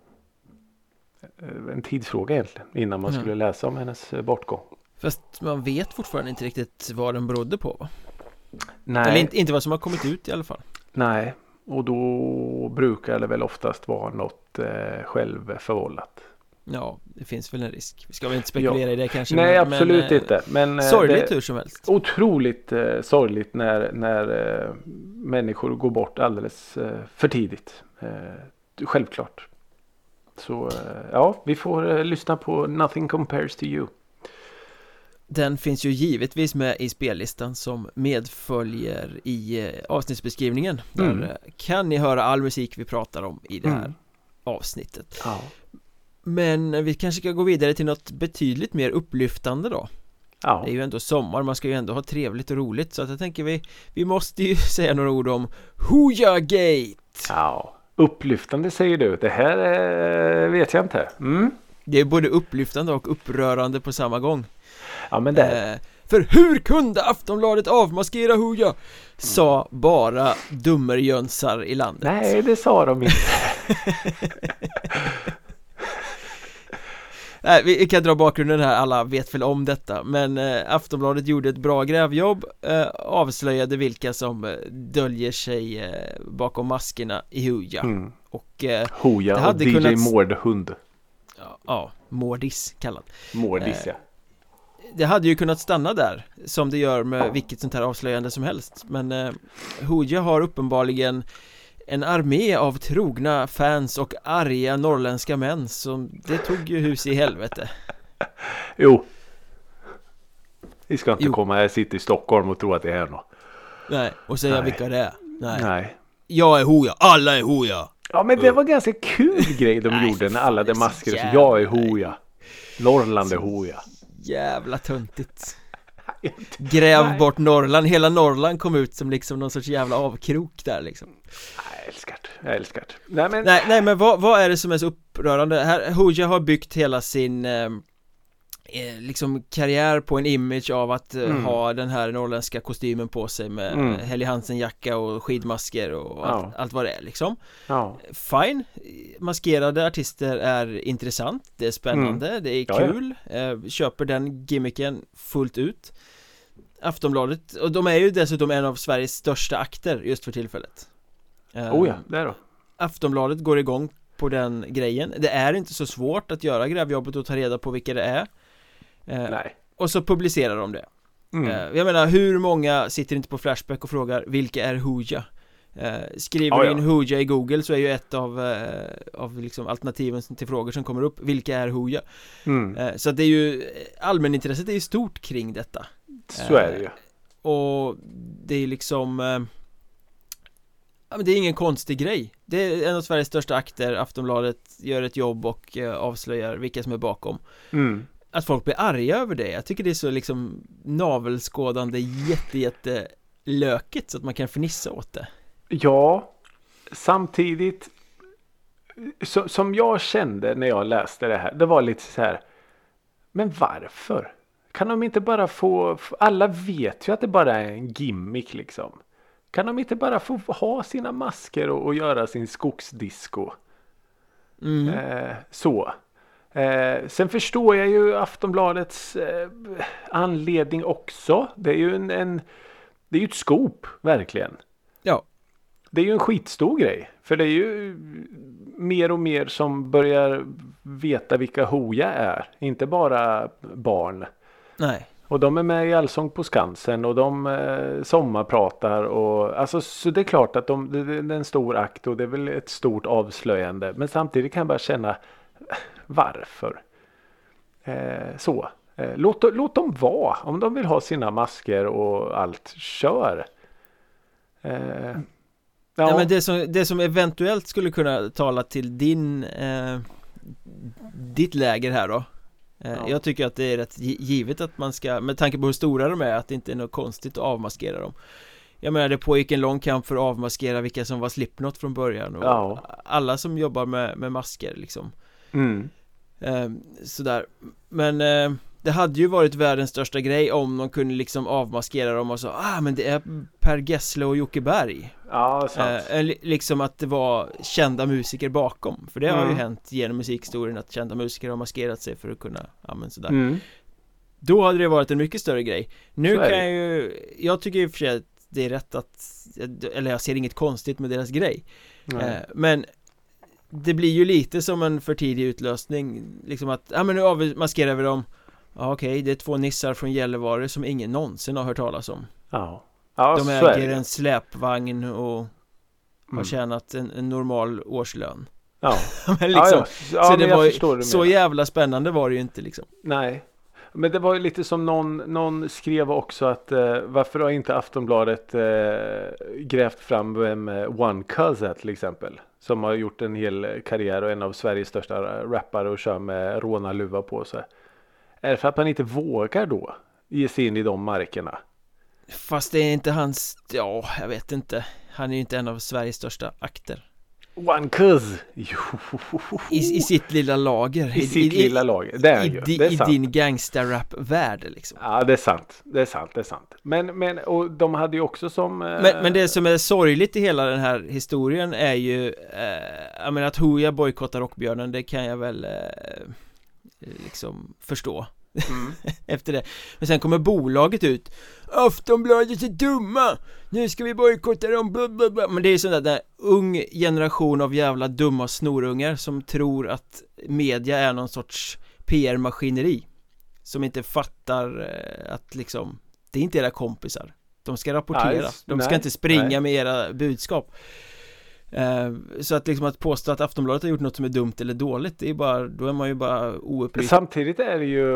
en tidsfråga egentligen innan man skulle läsa om hennes bortgång. Fast man vet fortfarande inte riktigt vad den berodde på va? Nej. Eller inte, inte vad som har kommit ut i alla fall. Nej, och då brukar det väl oftast vara något eh, självförvållat. Ja, det finns väl en risk. Vi ska väl inte spekulera ja. i det kanske. Nej, men, absolut men, inte. Men, sorgligt hur som helst. Otroligt eh, sorgligt när, när eh, människor går bort alldeles eh, för tidigt. Eh, självklart. Så ja, vi får uh, lyssna på Nothing Compares to You. Den finns ju givetvis med i spellistan som medföljer i uh, avsnittsbeskrivningen. Där mm. uh, kan ni höra all musik vi pratar om i det här mm. avsnittet. Ja. Men uh, vi kanske ska gå vidare till något betydligt mer upplyftande då. Ja. Det är ju ändå sommar, man ska ju ändå ha trevligt och roligt. Så att jag tänker vi, vi måste ju säga några ord om Hooja Gate. Ja. Upplyftande säger du. Det här eh, vet jag inte. Mm. Det är både upplyftande och upprörande på samma gång. Ja, men det... Eh, för hur kunde Aftonbladet avmaskera Hooja? Mm. Sa bara dummerjönsar i landet. Nej, det sa de inte. Nej, vi kan dra bakgrunden här, alla vet väl om detta. Men eh, Aftonbladet gjorde ett bra grävjobb, eh, avslöjade vilka som eh, döljer sig eh, bakom maskerna i Hooja. Mm. Och eh, Hooja och D J kunnat... Mårdhund. Ja, ja, Mårdis kallad. Mårdis, ja. Eh, det hade ju kunnat stanna där, som det gör med vilket sånt här avslöjande som helst. Men eh, Hooja har uppenbarligen en armé av trogna fans och arga norrländska män som det tog ju hus i helvete. Jo. Vi ska inte jo. komma här, sitta i Stockholm och tro att det är något. Nej, och säga Nej. vilka det är. Nej. Nej. Jag är Hooja, alla är Hooja. Ja, men det var ganska kul grej de Nej, gjorde när alla de masker. Så jag är Hooja. Norrland är Hooja. Jävla töntigt. Gräv Nej. bort Norrland. Hela Norrland kom ut som liksom någon sorts jävla avkrok där liksom. Jag älskar det, jag älskar det. Nej men, nej, nej, men vad, vad är det som är så upprörande? Här, Hooja har byggt hela sin eh, eh, liksom karriär på en image av att eh, mm. ha den här norrländska kostymen på sig med mm. Helly Hansen-jacka och skidmasker och ja. allt, allt vad det är liksom. Ja. Fine, maskerade artister är intressant, det är spännande, mm. det är kul, ja, ja. Eh, köper den gimmicken fullt ut. Aftonbladet, och de är ju dessutom en av Sveriges största akter just för tillfället. eh, Oh ja, det är då. Aftonbladet går igång på den grejen. Det är inte så svårt att göra grävjobbet och ta reda på vilka det är. Eh, Nej. Och så publicerar de det. Mm. Eh, jag menar, hur många sitter inte på Flashback och frågar vilka är Hooja? Eh, skriver ja, ja. in Hooja i Google så är ju ett av, eh, av liksom alternativen till frågor som kommer upp, vilka är Hooja? Mm. Eh, så det är ju, allmänintresset är ju stort kring detta. Så är det ju. Eh, och det är liksom eh, ja, men det är ingen konstig grej. Det är en av Sveriges största akter. Aftonbladet gör ett jobb och eh, avslöjar vilka som är bakom. Mm. Att folk blir arga över det, jag tycker det är så liksom navelskådande, jätte, jätte lökigt så att man kan fnissa åt det. Ja, samtidigt så, som jag kände när jag läste det här, det var lite så här, men varför? Kan de inte bara få, alla vet ju att det bara är en gimmick liksom. Kan de inte bara få ha sina masker och, och göra sin skogsdisco? Mm. Eh, så. Eh, sen förstår jag ju Aftonbladets eh, anledning också. Det är ju en, en det är ju ett scoop, verkligen. Ja. Det är ju en skitstor grej. För det är ju mer och mer som börjar veta vilka Hooja är. Inte bara barn. Nej. Och de är med i Allsång på Skansen och de eh, sommarpratar och alltså så det är klart att de, det, det är en stor akt och det är väl ett stort avslöjande. Men samtidigt kan jag bara känna varför? Eh, så. Eh, låt, låt dem vara. Om de vill ha sina masker och allt, kör. Eh, ja. Ja, men det som, det som eventuellt skulle kunna tala till din eh, ditt läger här då. Eh, ja. Jag tycker att det är rätt givet att man ska, med tanke på hur stora de är, att det inte är något konstigt att avmaskera dem. Jag menar, det pågick en lång kamp för att avmaskera vilka som var Slipknot från början och ja. alla som jobbar med, med masker liksom. Mm. Eh, sådär. Men eh, det hade ju varit världens största grej om de kunde liksom avmaskera dem och så, ah men det är Per Gessle och Jocke Berg. Ja, sant. Eh, liksom att det var kända musiker bakom. För det har mm. ju hänt genom musikhistorien att kända musiker har maskerat sig för att kunna, ja men sådär. Mm. Då hade det varit en mycket större grej. Nu kan jag ju, jag tycker i och för sig att det är rätt att, eller jag ser inget konstigt med deras grej. Eh, men det blir ju lite som en för tidig utlösning. Liksom att, ja men nu avmaskerar vi dem. Ja okej, okay, det är två nissar från Gällivare som ingen någonsin har hört talas om. Ja. Ja, de äger en släpvagn och mm. har tjänat en, en normal årslön. Ja. Men liksom, ja, ja. Ja, så men det var ju, det så jävla spännande var det ju inte liksom. Nej. Men det var ju lite som någon, någon skrev också att eh, varför har inte Aftonbladet eh, grävt fram vem eh, One Cousin till exempel, som har gjort en hel karriär och en av Sveriges största rappare och kör med rånarluva på sig. Är det för att man inte vågar då ge sig in i de markerna? Fast det är inte hans, ja jag vet inte. Han är ju inte en av Sveriges största akter. One Cousin. I, I sitt lilla lager. I sitt I, lilla lager. Det är i, ju. Di, det är I sant. din gangsterrap-värld liksom. Ja, det är sant. Det är sant, det är sant. Men, men och de hade ju också som... Eh... Men, men det som är sorgligt i hela den här historien är ju eh, jag menar att Hooja bojkottar Rockbjörnen, det kan jag väl eh, liksom förstå. Mm. Efter det. Men sen kommer bolaget ut. Aftonbladet är dumma. Nu ska vi bojkotta dem. Blablabla. Men det är sån där ung generation av jävla dumma snorungar som tror att media är någon sorts P R-maskineri. Som inte fattar att liksom, det är inte era kompisar. De ska rapportera. Nej, De ska nej, inte springa nej. med era budskap. Uh, så att liksom att påstå att Aftonbladet har gjort något som är dumt eller dåligt, det är bara, då är man ju bara oupplyst. Samtidigt är det ju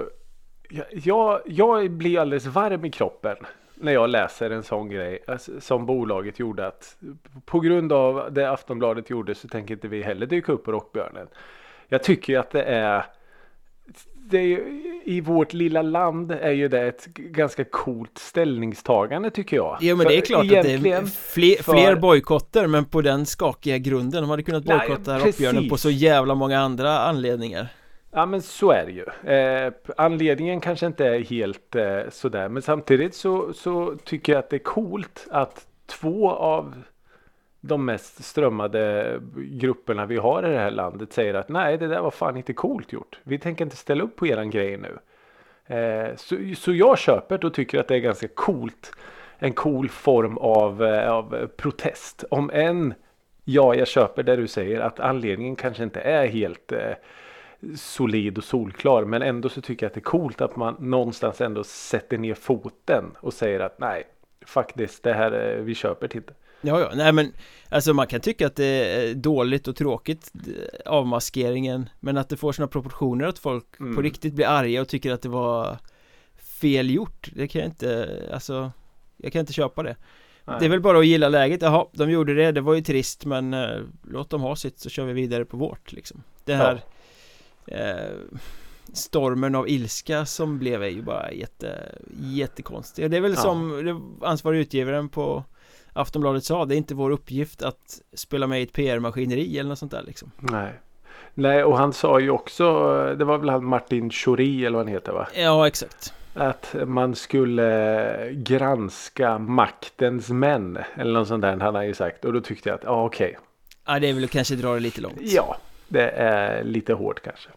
jag, jag blir alldeles varm i kroppen när jag läser en sån grej som bolaget gjorde, att på grund av det Aftonbladet gjorde så tänker inte vi heller dyka upp på Rockbjörnen. Jag tycker ju att det är det är ju, i vårt lilla land är ju det ett ganska coolt ställningstagande tycker jag. Jo, men för det är klart att det är fler, för... fler bojkotter, men på den skakiga grunden. De hade kunnat bojkotta Rockbjörnen på så jävla många andra anledningar. Ja, men så är det ju. Eh, anledningen kanske inte är helt eh, sådär. Men samtidigt så, så tycker jag att det är coolt att två av de mest strömmade grupperna vi har i det här landet säger att nej, det där var fan inte coolt gjort. Vi tänker inte ställa upp på eran grej nu. Eh, så, så jag köper det och tycker att det är ganska coolt. En cool form av, eh, av protest. Om en, ja, jag köper det du säger att anledningen kanske inte är helt eh, solid och solklar. Men ändå så tycker jag att det är coolt att man någonstans ändå sätter ner foten och säger att nej, faktiskt det här eh, vi köper till det. Ja, ja, nej men alltså man kan tycka att det är dåligt och tråkigt avmaskeringen, men att det får såna proportioner att folk mm. på riktigt blir arga och tycker att det var fel gjort, det kan jag inte, alltså jag kan inte köpa det. Nej. Det är väl bara att gilla läget, jaha, de gjorde det, det var ju trist, men eh, låt dem ha sitt så kör vi vidare på vårt liksom. Det här ja. eh, stormen av ilska som blev är ju bara jätte, jättekonstig. Det är väl ja. som det ansvariga utgivaren på Aftonbladet sa, det är inte vår uppgift att spela med i ett P R-maskineri eller något sånt där liksom. Nej. Nej, och han sa ju också, det var väl han Martin Schori eller vad han heter, va? Ja, exakt. Att man skulle granska maktens män eller något sånt där, han har ju sagt. Och då tyckte jag att, ja okej. Okay. Ja, det är väl kanske dra det lite långt. Ja, det är lite hårt kanske.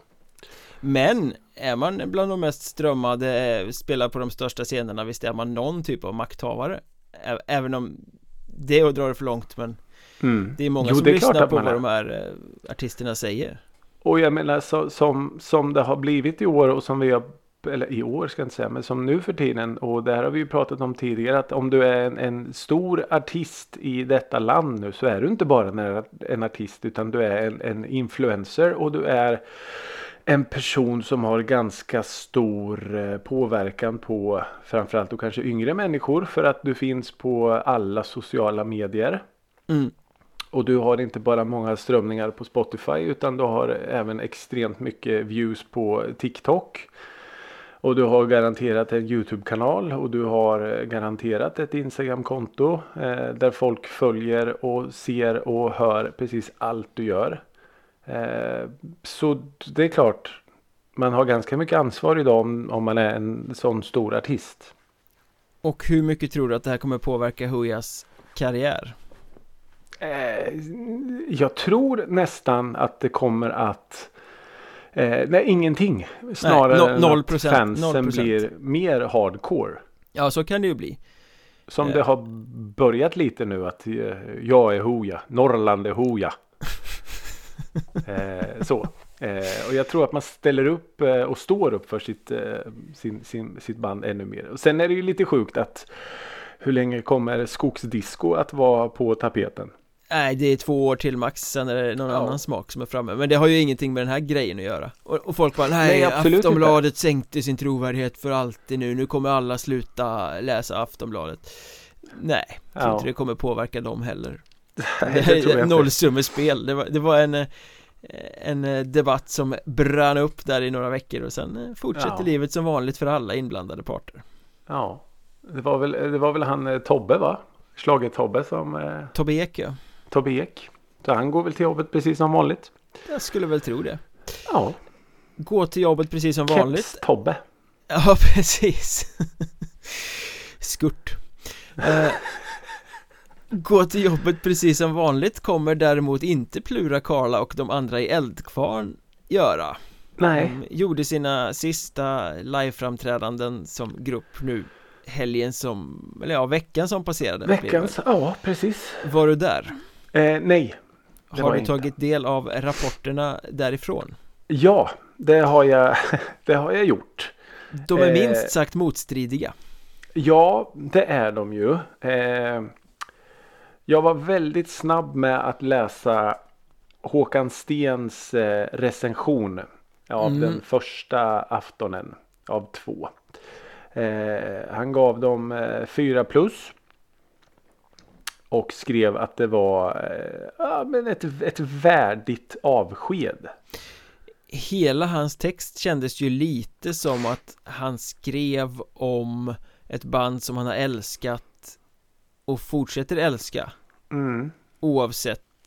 Men är man bland de mest strömmade, spelar på de största scenerna, visst är man någon typ av makthavare. Även om det är att dra det för långt, men mm. det är många jo, som lyssnar på vad är. de här uh, artisterna säger. Och jag menar så, som, som det har blivit i år och som vi har, eller i år ska jag inte säga, men som nu för tiden, och det här har vi ju pratat om tidigare, att om du är en, en stor artist i detta land nu så är du inte bara en, en artist, utan du är en, en influencer och du är en person som har ganska stor påverkan på framförallt och kanske yngre människor, för att du finns på alla sociala medier. Mm. Och du har inte bara många strömningar på Spotify, utan du har även extremt mycket views på TikTok. Och du har garanterat en YouTube-kanal och du har garanterat ett Instagram-konto eh, där folk följer och ser och hör precis allt du gör. Eh, så det är klart, man har ganska mycket ansvar idag om, om man är en sån stor artist. Och hur mycket tror du att det här kommer påverka Hoojas karriär? Eh, jag tror nästan att det kommer att eh, nej, ingenting. Snarare nej, no, noll procent, än att fansen noll procent. Blir mer hardcore. Ja, så kan det ju bli. Som eh. det har börjat lite nu, att eh, jag är Hooja, Norrland är Hooja. eh, så. Eh, och jag tror att man ställer upp eh, och står upp för sitt, eh, sin, sin, sitt band ännu mer. Och sen är det ju lite sjukt att hur länge kommer skogsdisco att vara på tapeten? Nej, det är två år till max, sen är det någon ja. annan smak som är framme. Men det har ju ingenting med den här grejen att göra. Och, och folk bara, nej, nej Aftonbladet inte. Sänkte sin trovärdighet för alltid nu. Nu kommer alla sluta läsa Aftonbladet. Nej, jag tror ja. inte det kommer påverka dem heller. Nej, det, det är nollsummespel. Det var, det var en, en debatt som brann upp där i några veckor. Och sen fortsätter ja. livet som vanligt för alla inblandade parter. Ja, det var väl, det var väl han Tobbe, va? Slaget Tobbe som... Eh... Tobbe Ek, ja. Tobbe Ek. Så han går väl till jobbet precis som vanligt. Jag skulle väl tro det. Ja. Gå till jobbet precis som Keps vanligt. Tobbe. Ja, precis. Skurt. eh, gå till jobbet precis som vanligt kommer däremot inte Plura, Karla och de andra i Eldkvarn göra. Nej. De gjorde sina sista liveframträdanden som grupp nu helgen som, eller ja, veckan som passerade. Veckans, ja, precis. Var du där? Eh, nej. Har du tagit inte. del av rapporterna därifrån? Ja, det har jag, det har jag gjort. De är minst eh, sagt motstridiga. Ja, det är de ju. Eh, jag var väldigt snabb med att läsa Håkan Stens eh, recension av mm. den första aftonen av två. Eh, han gav dem eh, fyra plus och skrev att det var eh, ja, men ett, ett värdigt avsked. Hela hans text kändes ju lite som att han skrev om ett band som han har älskat och fortsätter älska. Mm. Oavsett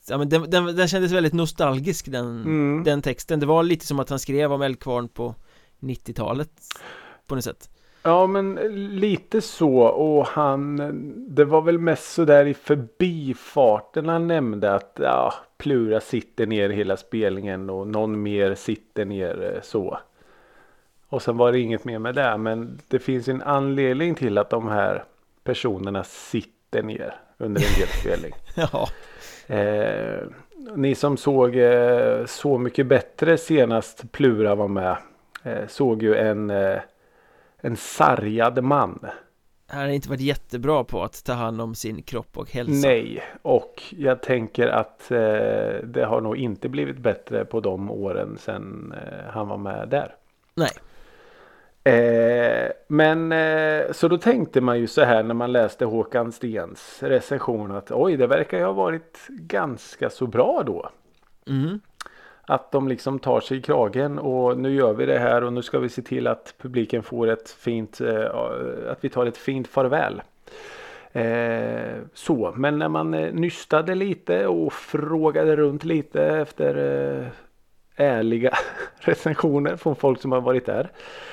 ja, men den, den, den kändes väldigt nostalgisk den, mm. den texten. Det var lite som att han skrev om Eldkvarn på nittiotalet på något sätt. Ja, men lite så, och han, det var väl mest så där i förbifarten han nämnde att ja, Plura sitter ner hela spelningen och någon mer sitter ner så. Och sen var det inget mer med det, men det finns en anledning till att de här personerna sitter ner under en hel spelning. Ja. Eh, ni som såg eh, Så mycket bättre senast Plura var med eh, såg ju en eh, en sargad man. Han har inte varit jättebra på att ta hand om sin kropp och hälsa. Nej, och jag tänker att eh, det har nog inte blivit bättre på de åren sedan eh, han var med där. Nej. Eh, men eh, så då tänkte man ju så här när man läste Håkan Stens recension att oj, det verkar ju ha varit ganska så bra då. Mm. Att de liksom tar sig i kragen och nu gör vi det här och nu ska vi se till att publiken får ett fint, eh, att vi tar ett fint farväl. Eh, så, men när man eh, nystade lite och frågade runt lite efter eh, ärliga recensioner från folk som har varit där,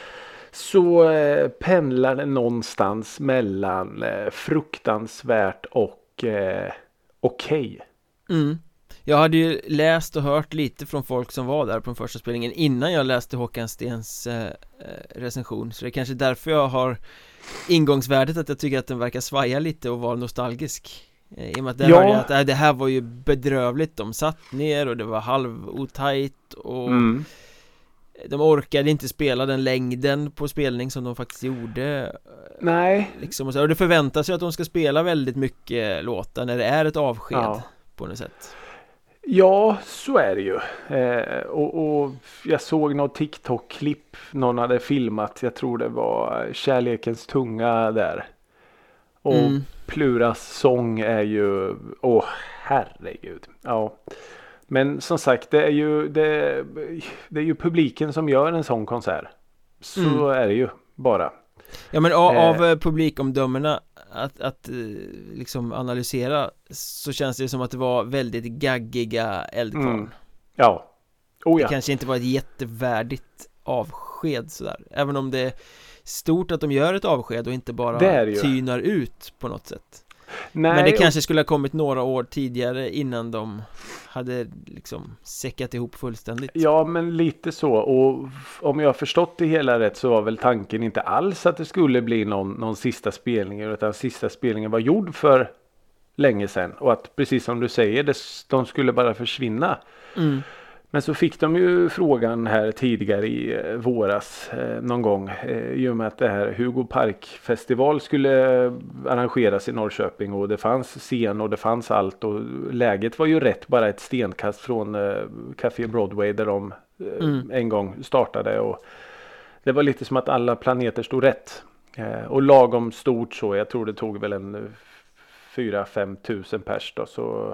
så eh, pendlar det någonstans mellan eh, fruktansvärt och eh, okej. Okay. Mm. Jag hade ju läst och hört lite från folk som var där på den första spelningen innan jag läste Håkan Stens eh, recension. Så det är kanske därför jag har ingångsvärdet att jag tycker att den verkar svaja lite och vara nostalgisk. Eh, I och med att där ja. hörde jag att äh, det här var ju bedrövligt. De satt ner och det var halvotajt och mm. de orkade inte spela den längden på spelning som de faktiskt gjorde. Nej. Liksom, och, så, och det förväntas ju att de ska spela väldigt mycket låtar när det är ett avsked ja. På något sätt. Ja, så är det ju. Eh, och, och jag såg något TikTok-klipp någon hade filmat. Jag tror det var Kärlekens tunga där. Och mm. Pluras sång är ju... Åh, herregud. Ja. Men som sagt, det är ju, det, det är ju publiken som gör en sån konsert. Så mm. är det ju bara. Ja, men av, eh. av publikomdömena att, att liksom analysera så känns det som att det var väldigt gaggiga Eldkvarn. Mm. Ja. Oh, ja. Det kanske inte var ett jättevärdigt avsked sådär. Även om det är stort att de gör ett avsked och inte bara tynar ut på något sätt. Nej, men det kanske skulle ha kommit några år tidigare innan de hade liksom säckat ihop fullständigt. Ja, men lite så. Och om jag har förstått det hela rätt så var väl tanken inte alls att det skulle bli någon, någon sista spelning, utan sista spelningen var gjord för länge sedan. Och att precis som du säger, det, de skulle bara försvinna. Mm. Men så fick de ju frågan här tidigare i våras eh, någon gång eh, i och med att det här Hugo Park-festival skulle eh, arrangeras i Norrköping och det fanns scen och det fanns allt och läget var ju rätt bara ett stenkast från eh, Café Broadway där de eh, mm. en gång startade och det var lite som att alla planeter stod rätt eh, och lagom stort så, jag tror det tog väl en fyra fem tusen pers då så...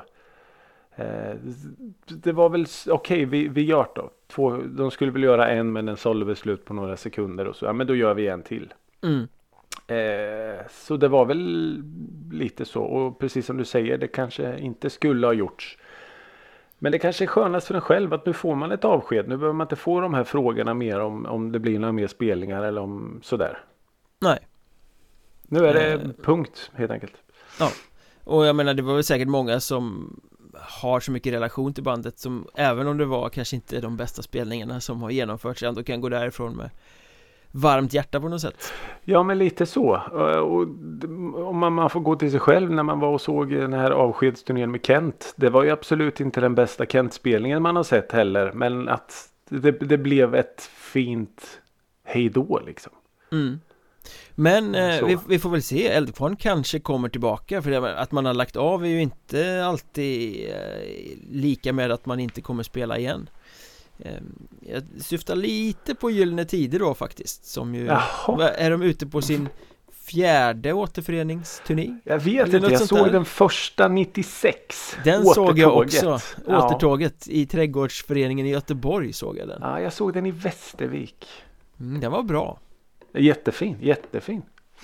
Det var väl okej, okay, vi, vi gör då Två, de skulle väl göra en men den sålde väl slut på några sekunder och så, ja men då gör vi en till mm. eh, så det var väl lite så och precis som du säger, det kanske inte skulle ha gjorts men det kanske är skönast för en själv att nu får man ett avsked, nu behöver man inte få de här frågorna mer om, om det blir några mer spelningar eller om sådär. Nej. Nu är det eh. punkt helt enkelt. Ja, och jag menar det var väl säkert många som har så mycket relation till bandet som även om det var kanske inte de bästa spelningarna som har genomförts ändå kan gå därifrån med varmt hjärta på något sätt. Ja, men lite så. Och om man, man får gå till sig själv när man var och såg den här avskedsturnén med Kent. Det var ju absolut inte den bästa Kent-spelningen man har sett heller. Men att det, det blev ett fint hejdå liksom. Mm. Men eh, vi, vi får väl se, Eldkvarn kanske kommer tillbaka för det, att man har lagt av är ju inte alltid eh, lika med att man inte kommer spela igen. eh, Jag syftar lite på Gyllene Tider då faktiskt som ju, Jaha. Är de ute på sin fjärde återföreningsturné? Jag vet inte, jag såg där? Den första nittiosex. Den såg jag också, ja. Återtåget i Trädgårdsföreningen i Göteborg såg jag den. Ja, jag såg den i Västervik. mm, Den var bra. Jättefin, jättefin.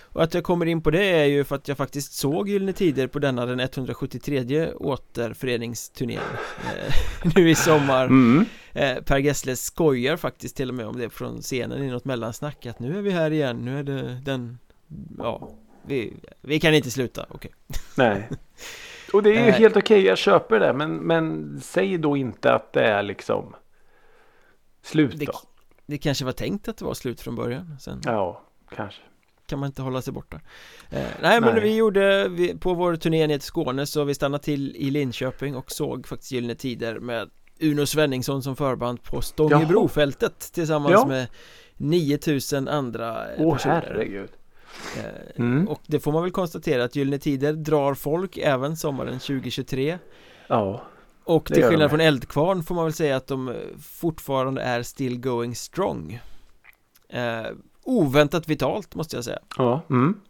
Och att jag kommer in på det är ju för att jag faktiskt såg Gyllene Tider på denna den etthundrasjuttiotredje återföreningsturnén eh, nu i sommar. Mm. eh, Per Gessle skojar faktiskt till och med om det från scenen i något mellansnack, att nu är vi här igen, nu är det den, ja, vi, vi kan inte sluta, okej. Okay. Nej. Och det är ju helt okej, okay, jag köper det, men, men säg då inte att det är liksom slut då. Det, det kanske var tänkt att det var slut från början. Sen ja, kanske. Kan man inte hålla sig borta. Eh, nej, men nej. vi gjorde, vi, på vår turné ner till Skåne så vi stannade till i Linköping och såg faktiskt Gyllene Tider med Uno Svenningsson som förband på Stångebrofältet tillsammans ja. med niotusen andra Åh, personer. Herregud. Eh, mm. Och det får man väl konstatera att Gyllene Tider drar folk även sommaren tjugohundratjugotre. Ja. Och till skillnad från Eldkvarn får man väl säga att de fortfarande är still going strong. Eh, oväntat vitalt måste jag säga. Ja. Mm.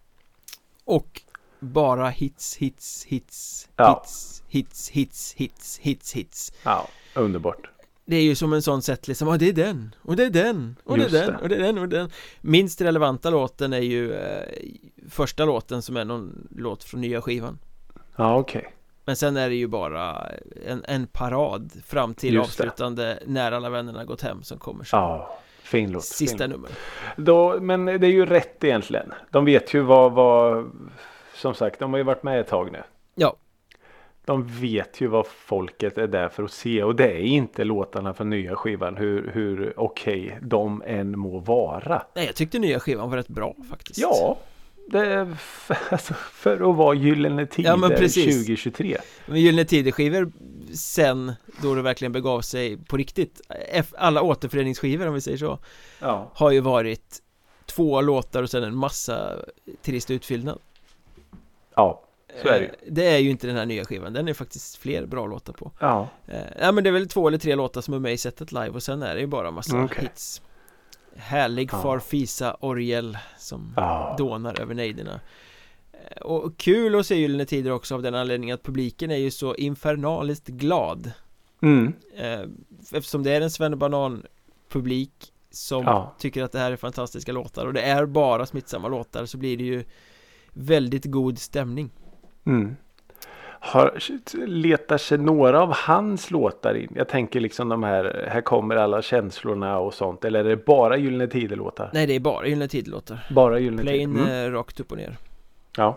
Och bara hits, hits, hits, ja. hits, hits, hits, hits, hits, hits. Ja, underbart. Det är ju som en sån sätt liksom, ja, det är den, och det är den, och det är den, och det är den, och den. Minst relevanta låten är ju eh, första låten som är någon låt från nya skivan. Ja, okej. Okay. Men sen är det ju bara en, en parad fram till just avslutande det. När alla vännerna gått hem som kommer så. Ja, fin låt. Sista fin nummer. Då, men det är ju rätt egentligen. De vet ju vad, vad, som sagt, de har ju varit med ett tag nu. Ja. De vet ju vad folket är där för att se. Och det är inte låtarna från nya skivan. Hur, hur okej okay, de än må vara. Nej, jag tyckte nya skivan var rätt bra faktiskt. Ja, det är för, alltså, för att vara Gyllene Tider ja, tjugohundratjugotre. Men Gyllene Tider skivor sen då det verkligen begav sig på riktigt. Alla återföreningsskivor om vi säger så. Ja. Har ju varit två låtar och sen en massa trist utfyllnad. Ja. Så är det. det är ju inte den här nya skivan. Den är faktiskt fler bra låtar på. Ja. Ja, men det är väl två eller tre låtar som är med i setet live. Och sen är det ju bara massa okay. hits. Härlig ja. Farfisa orgel som ja. dånar över nejderna. Och kul att se Gyllene Tider också av den anledningen att publiken är ju så infernaliskt glad. Mm. Eftersom det är en Svennebanan publik som ja. tycker att det här är fantastiska låtar. Och det är bara smittsamma låtar, så blir det ju väldigt god stämning. Mm. Har, letar sig några av hans låtar in? Jag tänker liksom de här, här kommer alla känslorna och sånt. Eller är det bara Gyllene Tider-låtar? Nej, det är bara Gyllene Tider-låtar. Bara Gyllene Tider. Plain mm. rakt upp och ner. Ja.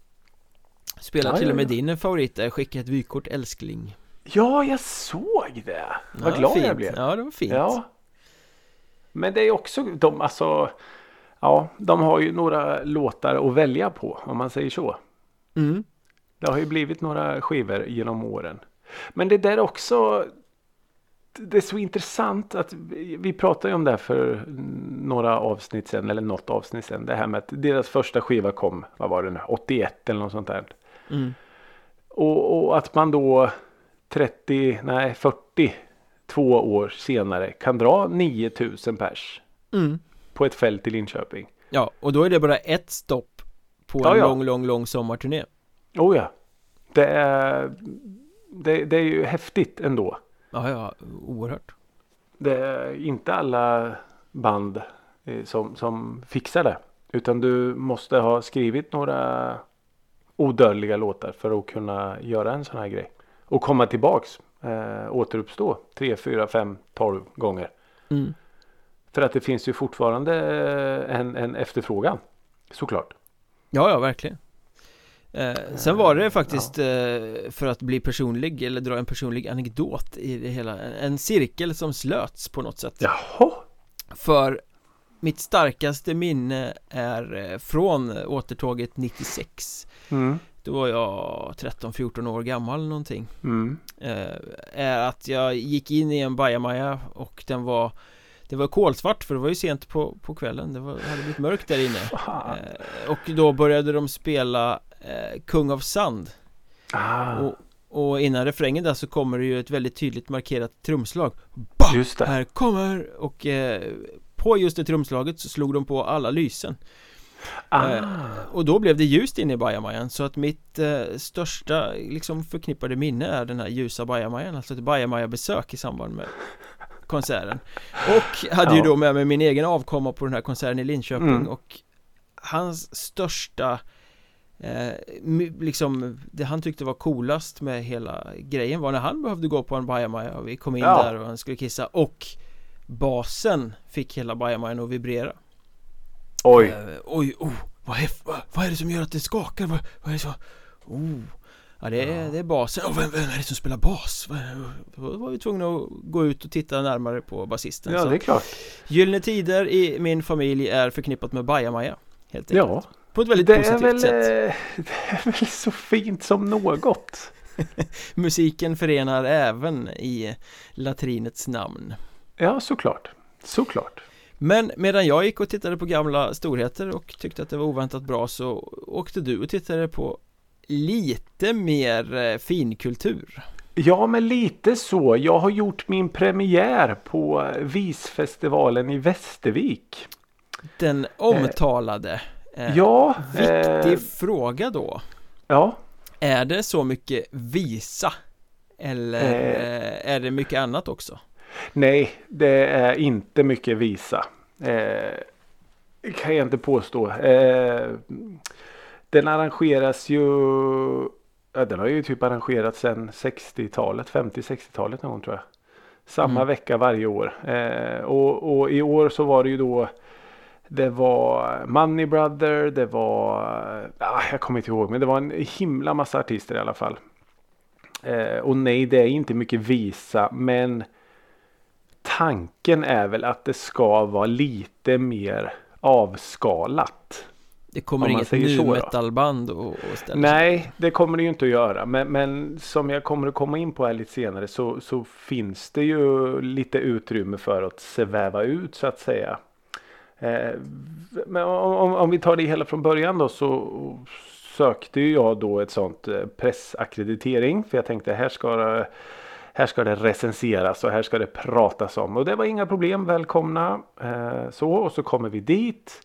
Spelar ja, till ja, och med ja. din favorit där, skicka ett vykort älskling. Ja, jag såg det. Vad ja, glad fint. jag blev. Ja, det var fint. Ja. Men det är också, de, alltså, ja, de har ju några låtar att välja på, om man säger så. Mm. Det har ju blivit några skivor genom åren. Men det där också, det är så intressant att vi, vi pratade ju om det här för några avsnitt sedan, eller något avsnitt sedan. Det här med att deras första skiva kom, vad var det nu, åttioett eller något sånt där. Mm. Och, och att man då trettio, nej fyrtiotvå år senare kan dra nio tusen pers mm. på ett fält i Linköping. Ja, och då är det bara ett stopp på ja, en ja. lång, lång, lång sommarturné. Oh ja. Det är, det, det är ju häftigt ändå. Ja, ja, oerhört. Det är inte alla band som, som fixar det. Utan du måste ha skrivit några odödliga låtar för att kunna göra en sån här grej. Och komma tillbaks, äh, återuppstå tre, fyra, fem, tolv gånger. Mm. För att det finns ju fortfarande en, en efterfrågan, såklart. Ja, ja, verkligen. Eh, sen var det faktiskt ja. eh, för att bli personlig eller dra en personlig anekdot i det hela, en, en cirkel som slöts på något sätt. Jaha. För mitt starkaste minne är eh, från återtåget nittiosex. Mm. Då var jag tretton fjorton år gammal någonting. Mm. Eh, är att jag gick in i en bajamaja och den var det var kolsvart för det var ju sent på, på kvällen. Det var, det hade blivit mörkt där inne. Eh, och då började de spela eh, Kung av Sand. Ah. Och, och innan refrängen där så kommer det ju ett väldigt tydligt markerat trumslag. Bah! Just det. Här kommer. Och eh, på just det trumslaget så slog de på alla lysen. Ah. Eh, och då blev det ljust inne i bajamajan. Så att mitt eh, största liksom förknippade minne är den här ljusa bajamajan. Alltså ett bajamaja-besök i samband med konserten. Och hade ja. ju då med mig min egen avkomma på den här konserten i Linköping. Mm. Och hans största eh, liksom det han tyckte var coolast med hela grejen var när han behövde gå på en bajamaja och vi kom in ja. där och han skulle kissa och basen fick hela bajamajan att vibrera. Oj. Eh, oj, oh, vad, är, vad, vad är det som gör att det skakar? Vad, vad är det så? Oh. Ja, det är, ja. det är basen. Oh, vem, vem är det som spelar bas? Då var vi tvungna att gå ut och titta närmare på basisten. Ja, så det är klart. Gyllene tider i min familj är förknippat med bajamaja, helt enkelt. Ja. På ett väldigt det positivt väl, sätt. Det är väl så fint som något. Musiken förenar även i latrinets namn. Ja, såklart. Såklart. Men medan jag gick och tittade på gamla storheter och tyckte att det var oväntat bra så åkte du och tittade på lite mer finkultur. Ja, men lite så. Jag har gjort min premiär på Visfestivalen i Västervik. Den omtalade. Eh, ja. Viktig eh, fråga då. Ja. Är det så mycket visa? Eller eh, är det mycket annat också? Nej, det är inte mycket visa. Eh, kan jag inte påstå. Eh, den arrangeras ju... Ja, den har ju typ arrangerats sedan sextiotalet, femtio-sextiotalet någon tror jag. Samma mm. vecka varje år. Eh, och, och i år så var det ju då... Det var Money Brother, det var... Ah, jag kommer inte ihåg, men det var en himla massa artister i alla fall. Eh, och nej, det är inte mycket visa, men... Tanken är väl att det ska vara lite mer avskalat. Det kommer inget nu metalband och, och ställa Nej, sig. Det kommer det ju inte att göra. Men, men som jag kommer att komma in på här lite senare så, så finns det ju lite utrymme för att sväva ut så att säga. Eh, men om, om vi tar det hela från början då så sökte ju jag då ett sånt pressakkreditering. För jag tänkte här ska det... Här ska det recenseras och här ska det pratas om. Och det var inga problem, välkomna. Eh, så, och så kommer vi dit.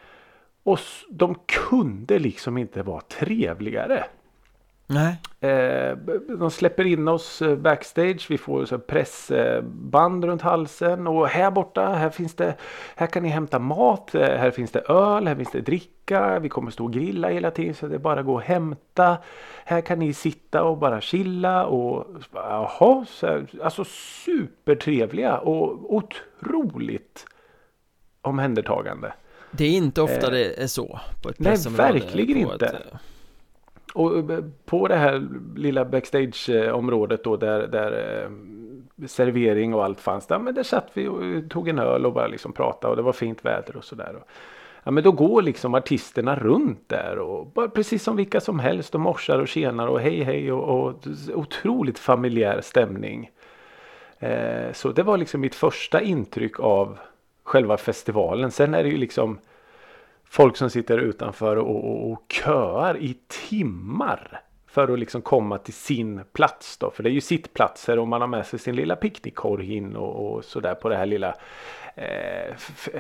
Och de kunde liksom inte vara trevligare. Nej. Eh, de släpper in oss backstage. Vi får så pressband runt halsen. Och här borta, här finns det, här kan ni hämta mat. Här finns det öl, här finns det dricka. Vi kommer stå och grilla hela tiden så det är bara att gå och hämta. Här kan ni sitta och bara chilla. Och jaha, så här, alltså supertrevliga och otroligt omhändertagande. Det är inte ofta eh, det är så på ett nej, verkligen inte. Ett, och på det här lilla backstage-området då där, där eh, servering och allt fanns där, men där satt vi och tog en öl och bara liksom pratade och det var fint väder och sådär. Ja, men då går liksom artisterna runt där och bara precis som vilka som helst och morsar och tjänar och hej hej och, och otroligt familjär stämning. Eh, så det var liksom mitt första intryck av själva festivalen. Sen är det ju liksom folk som sitter utanför och, och, och köar i timmar för att liksom komma till sin plats då. För det är ju sittplatser och man har med sig sin lilla picknickkorg in och, och sådär på det här lilla eh,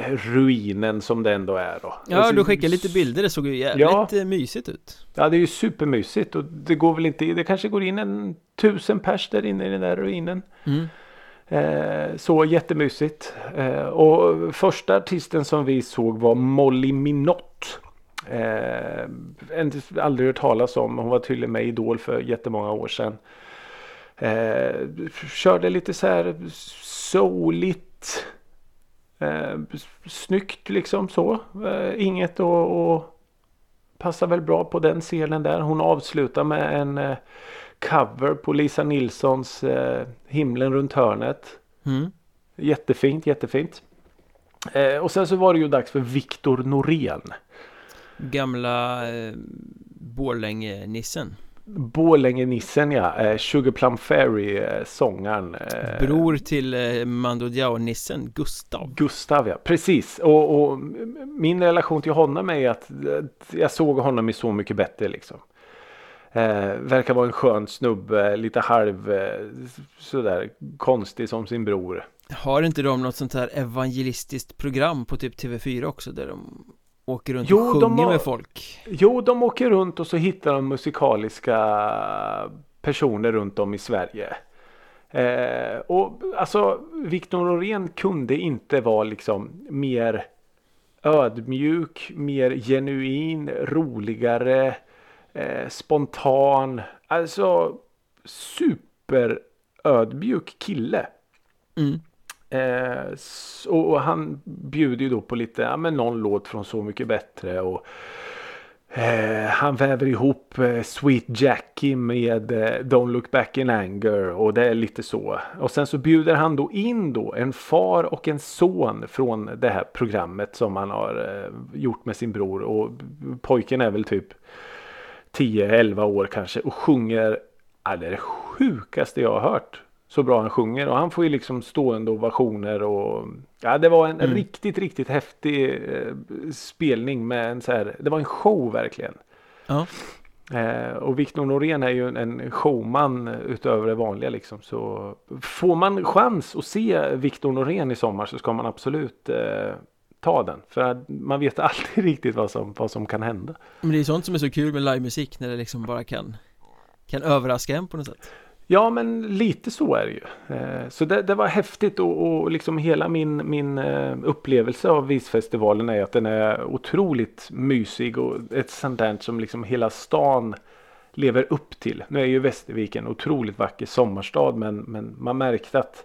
ruinen som det ändå är då. Ja, alltså, du skickade lite bilder, det såg ju jävligt ja, mysigt ut. Ja, det är ju supermysigt och det går väl inte, det kanske går in en tusen pers där inne i den där ruinen. Mm. Eh, så jättemysigt. Eh, och första artisten som vi såg var Molly Minott. Eh, aldrig hört talas om. Hon var tydligen med i Idol för jättemånga år sedan. Eh, körde lite så här souligt. Eh, snyggt liksom så. Eh, inget och, och passar väl bra på den scenen där. Hon avslutar med en eh, cover på Lisa Nilssons eh, Himlen runt hörnet. Mm. Jättefint, jättefint. Eh, och sen så var det ju dags för Viktor Norén. Gamla eh, Borlänge-nissen. Borlänge-nissen, ja. Eh, Sugar Plum Fairy, eh, sångaren. Eh, Bror till eh, Mando Diao-nissen, Gustav. Gustav, ja. Precis. Och, och min relation till honom är att jag såg honom i Så mycket bättre liksom. Eh, verkar vara en skön snubbe, lite halv eh, sådär konstig som sin bror. Har inte de något sånt här evangelistiskt program på typ T V fyra också där de åker runt jo, och sjunger har, med folk? Jo, de åker runt och så hittar de musikaliska personer runt om i Sverige. Eh, och alltså Viktor Norén kunde inte vara liksom mer ödmjuk, mer genuin, roligare, eh, spontan. Alltså superödmjuk kille. Mm. Eh, och, och han bjuder ju då på lite, ja, men någon låt från Så mycket bättre, och eh, han väver ihop eh, Sweet Jackie med eh, Don't Look Back in Anger, och det är lite så. Och sen så bjuder han då in då en far och en son från det här programmet som han har eh, gjort med sin bror, och pojken är väl typ tio elva år kanske, och sjunger, ja, det är det sjukaste jag har hört. Så bra han sjunger, och han får ju liksom stående ovationer, och ja, det var en mm. riktigt, riktigt häftig eh, spelning med en så här, det var en show verkligen. Ja. Eh, och Victor Norén är ju en, en showman utöver det vanliga liksom, så får man chans att se Victor Norén i sommar så ska man absolut eh, ta den, för att man vet alltid riktigt vad som, vad som kan hända. Men det är sånt som är så kul med livemusik, när det liksom bara kan, kan överraska en på något sätt. Ja, men lite så är det ju. Eh, så det, det var häftigt, och, och liksom hela min, min eh, upplevelse av Visfestivalen är att den är otroligt mysig, och ett sånt där som liksom hela stan lever upp till. Nu är ju Västervik en otroligt vacker sommarstad, men, men man märkte att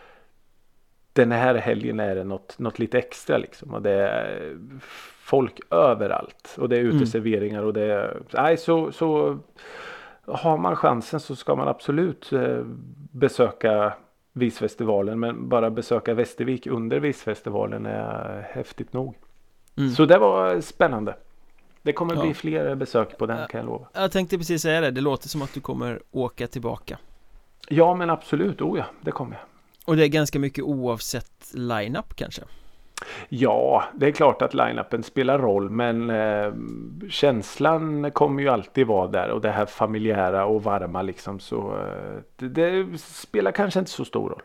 den här helgen är det något, något lite extra liksom, och det är folk överallt, och det är uteserveringar, och det är, nej, så, så har man chansen så ska man absolut eh, besöka Visfestivalen, men bara besöka Västervik under Visfestivalen är häftigt nog. Mm. Så det var spännande. Det kommer ja. bli fler besök på den, kan jag lova. Jag tänkte precis säga det, det låter som att du kommer åka tillbaka. Ja, men absolut, oh ja, det kommer jag. Och det är ganska mycket oavsett line-up kanske? Ja, det är klart att line-upen spelar roll, men eh, känslan kommer ju alltid vara där, och det här familjära och varma liksom, så eh, det, det spelar kanske inte så stor roll.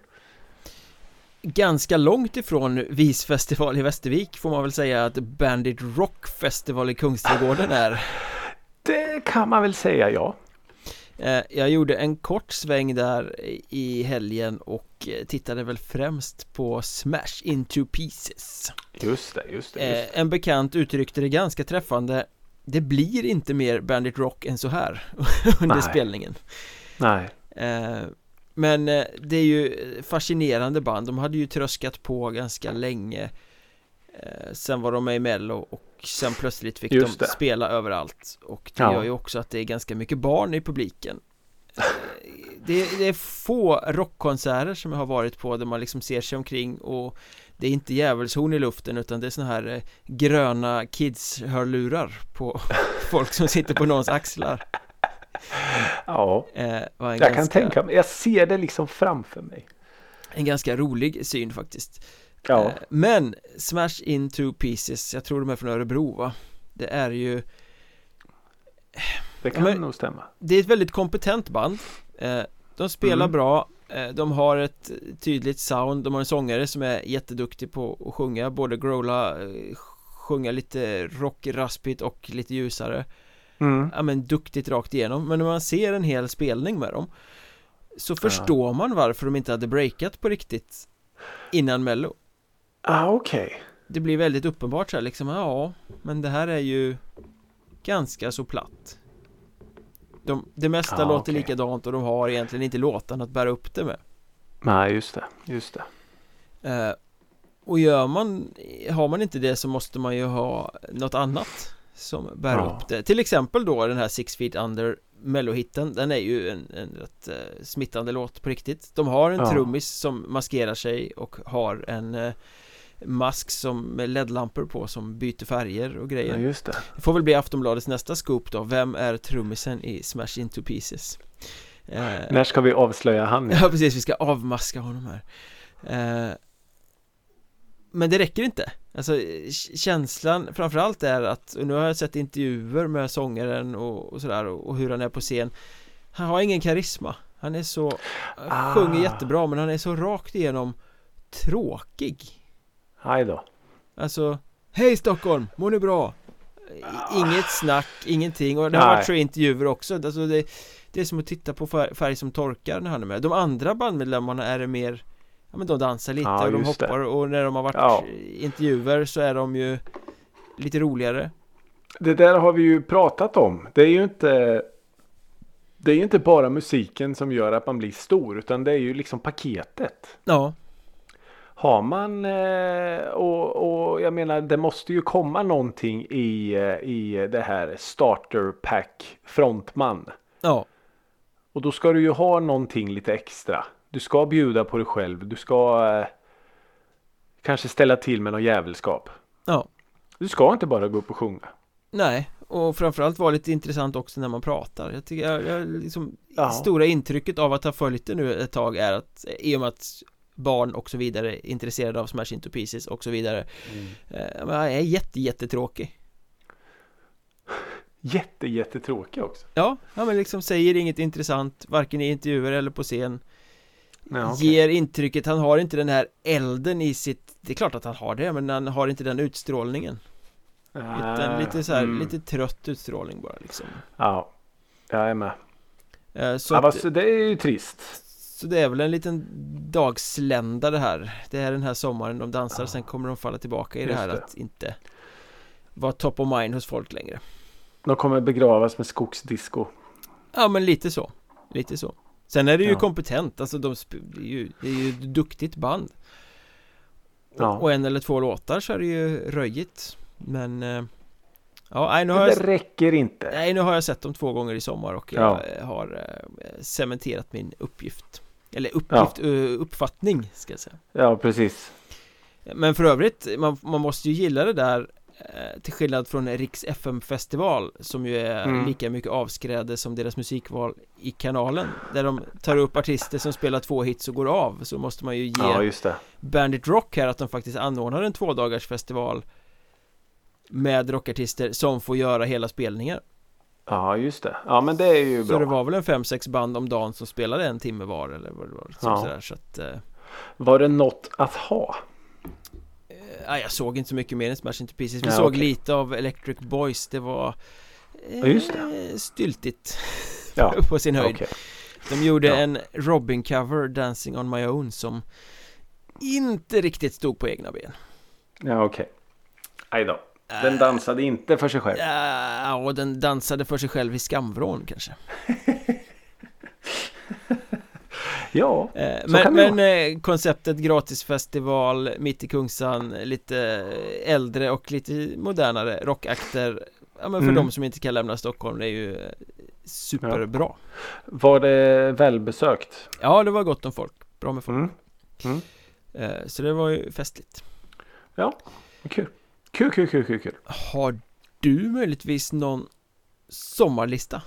Ganska långt ifrån Visfestival i Västervik får man väl säga att Bandit Rock Festival i Kungsträdgården är. Det kan man väl säga, ja. Jag gjorde en kort sväng där i helgen och tittade väl främst på Smash Into Pieces. Just det, just det, just det. En bekant uttryckte det ganska träffande: det blir inte mer Bandit Rock än så här under Nej. spelningen. Nej. Men det är ju fascinerande band. De hade ju tröskat på ganska länge. Sen var de med i Mello, och sen plötsligt fick de spela överallt. Och det ja. gör ju också att det är ganska mycket barn i publiken. det, är, det är få rockkonserter som jag har varit på där man liksom ser sig omkring, och det är inte djävulshorn i luften, utan det är såna här gröna kids-hörlurar på folk som sitter på någons axlar. Ja, eh, jag ganska, kan tänka mig, jag ser det liksom framför mig. En ganska rolig syn faktiskt. Ja. eh, Men Smash Into Pieces, jag tror de är från Örebro, va? Det är ju Det kan men, nog stämma. Det är ett väldigt kompetent band. eh, De spelar mm. bra, eh, de har ett tydligt sound. De har en sångare som är jätteduktig på att sjunga, både growla, eh, sjunga lite rock-raspigt och lite ljusare. Mm. Ja, men duktigt rakt igenom. Men när man ser en hel spelning med dem, så förstår ja. man varför de inte hade breakat på riktigt innan Mello. Ah, okej. Okay. Det blir väldigt uppenbart så här, liksom, ja, men det här är ju ganska så platt. De, det mesta ah, låter okay. likadant, och de har egentligen inte låtarna att bära upp det med. Nej, just det, just det. Eh, och gör man, har man inte det, så måste man ju ha något annat som bär ja. upp det. Till exempel då den här Six Feet Under Mellohitten. Den är ju en, en rätt uh, smittande låt på riktigt. De har en ja. trummis som maskerar sig och har en uh, mask som med L E D-lampor på som byter färger och grejer. Ja, just det. Det får väl bli Aftonbladets nästa scoop då. Vem är trummisen i Smash Into Pieces? Uh, När ska vi avslöja han? Ja, precis. Vi ska avmaska honom här. Uh, Men det räcker inte. Alltså känslan framförallt är att, och nu har jag sett intervjuer med sångaren och, och sådär, och, och hur han är på scen. Han har ingen karisma. Han är så ah. sjunger jättebra, men han är så rakt igenom tråkig. Hej då. Alltså, hej Stockholm, mår ni bra? Inget snack, ingenting. Och det har varit så intervjuer också. Alltså det, det är som att titta på färg, färg som torkar när han är med. De andra bandmedlemmarna är det mer ja, men de dansar lite ja, och de hoppar det. Och när de har varit ja. intervjuer så är de ju lite roligare. Det där har vi ju pratat om. Det är ju inte det är ju inte bara musiken som gör att man blir stor, utan det är ju liksom paketet. Ja. Har man eh, och, och jag menar, det måste ju komma någonting i, i det här starter pack frontman. Ja. Och då ska du ju ha någonting lite extra. Du ska bjuda på dig själv. Du ska eh, kanske ställa till med någon jävelskap. Ja. Du ska inte bara gå upp och sjunga. Nej, och framförallt var lite intressant också när man pratar. Jag tycker jag, jag liksom ja. stora intrycket av att ha följt det nu ett tag är att i och med att barn och så vidare är intresserade av Smash Into Pieces och så vidare. Mm. Eh, men jag är jätte jättetråkig. Jätte jättetråkig också. Ja, ja, men liksom säger inget intressant varken i intervjuer eller på scen. Nej, okay. Ger intrycket, han har inte den här elden i sitt, det är klart att han har det, men han har inte den utstrålningen. Uh, Utan lite så här, mm. lite trött utstrålning bara liksom. Ja, jag är med. Eh, så ja, att, alltså, det är ju trist. Så det är väl en liten dagslända det här. Det är den här sommaren de dansar, ja. Sen kommer de falla tillbaka i det här det. Att inte vara top of mind hos folk längre. De kommer begravas med skogsdisco. Ja, men lite så. Lite så. Sen är det ju ja. kompetent. Alltså de sp- det, är ju, det är ju ett duktigt band. Ja. Och, och en eller två låtar så är det ju röjigt. Men ja, nej, nu har det jag, räcker inte. Nej, nu har jag sett dem två gånger i sommar och jag ja. har äh, cementerat min uppgift. Eller uppgift, ja. uh, uppfattning ska jag säga. Ja, precis. Men för övrigt, man, man måste ju gilla det där eh, till skillnad från Riks F M-festival som ju är mm. lika mycket avskräde som deras musikval i kanalen, där de tar upp artister som spelar två hits och går av. Så måste man ju ge ja, just det. Bandit Rock här att de faktiskt anordnar en tvådagars festival med rockartister som får göra hela spelningar. Ja, just det. Ja, men det är ju så bra. Så det var väl en fem sex band om dagen som spelade en timme var eller vad det var. Så ja. sådär, så att, eh, var det något att ha? Nej, jag såg inte så mycket mer än Smash Into Pieces. Vi ja, såg okay. lite av Electric Boys. Det var eh, ja, just det. styltigt ja. på sin höjd. Okay. De gjorde ja. en Robin-cover, Dancing on My Own, som inte riktigt stod på egna ben. Ja, okej. Okay. Aj då. Den äh, dansade inte för sig själv. Ja, och den dansade för sig själv i skamvrån kanske. Ja, eh, men, men eh, konceptet gratisfestival mitt i Kungsan, lite äldre och lite modernare rockakter, ja, men för mm. de som inte kan lämna Stockholm, det är ju superbra. Ja. Var det välbesökt? Ja, det var gott om folk, bra med folk. Mm. Mm. Eh, så det var ju festligt. Ja, kul. Kul, kul, kul, kul, kul. Har du möjligtvis någon sommarlista?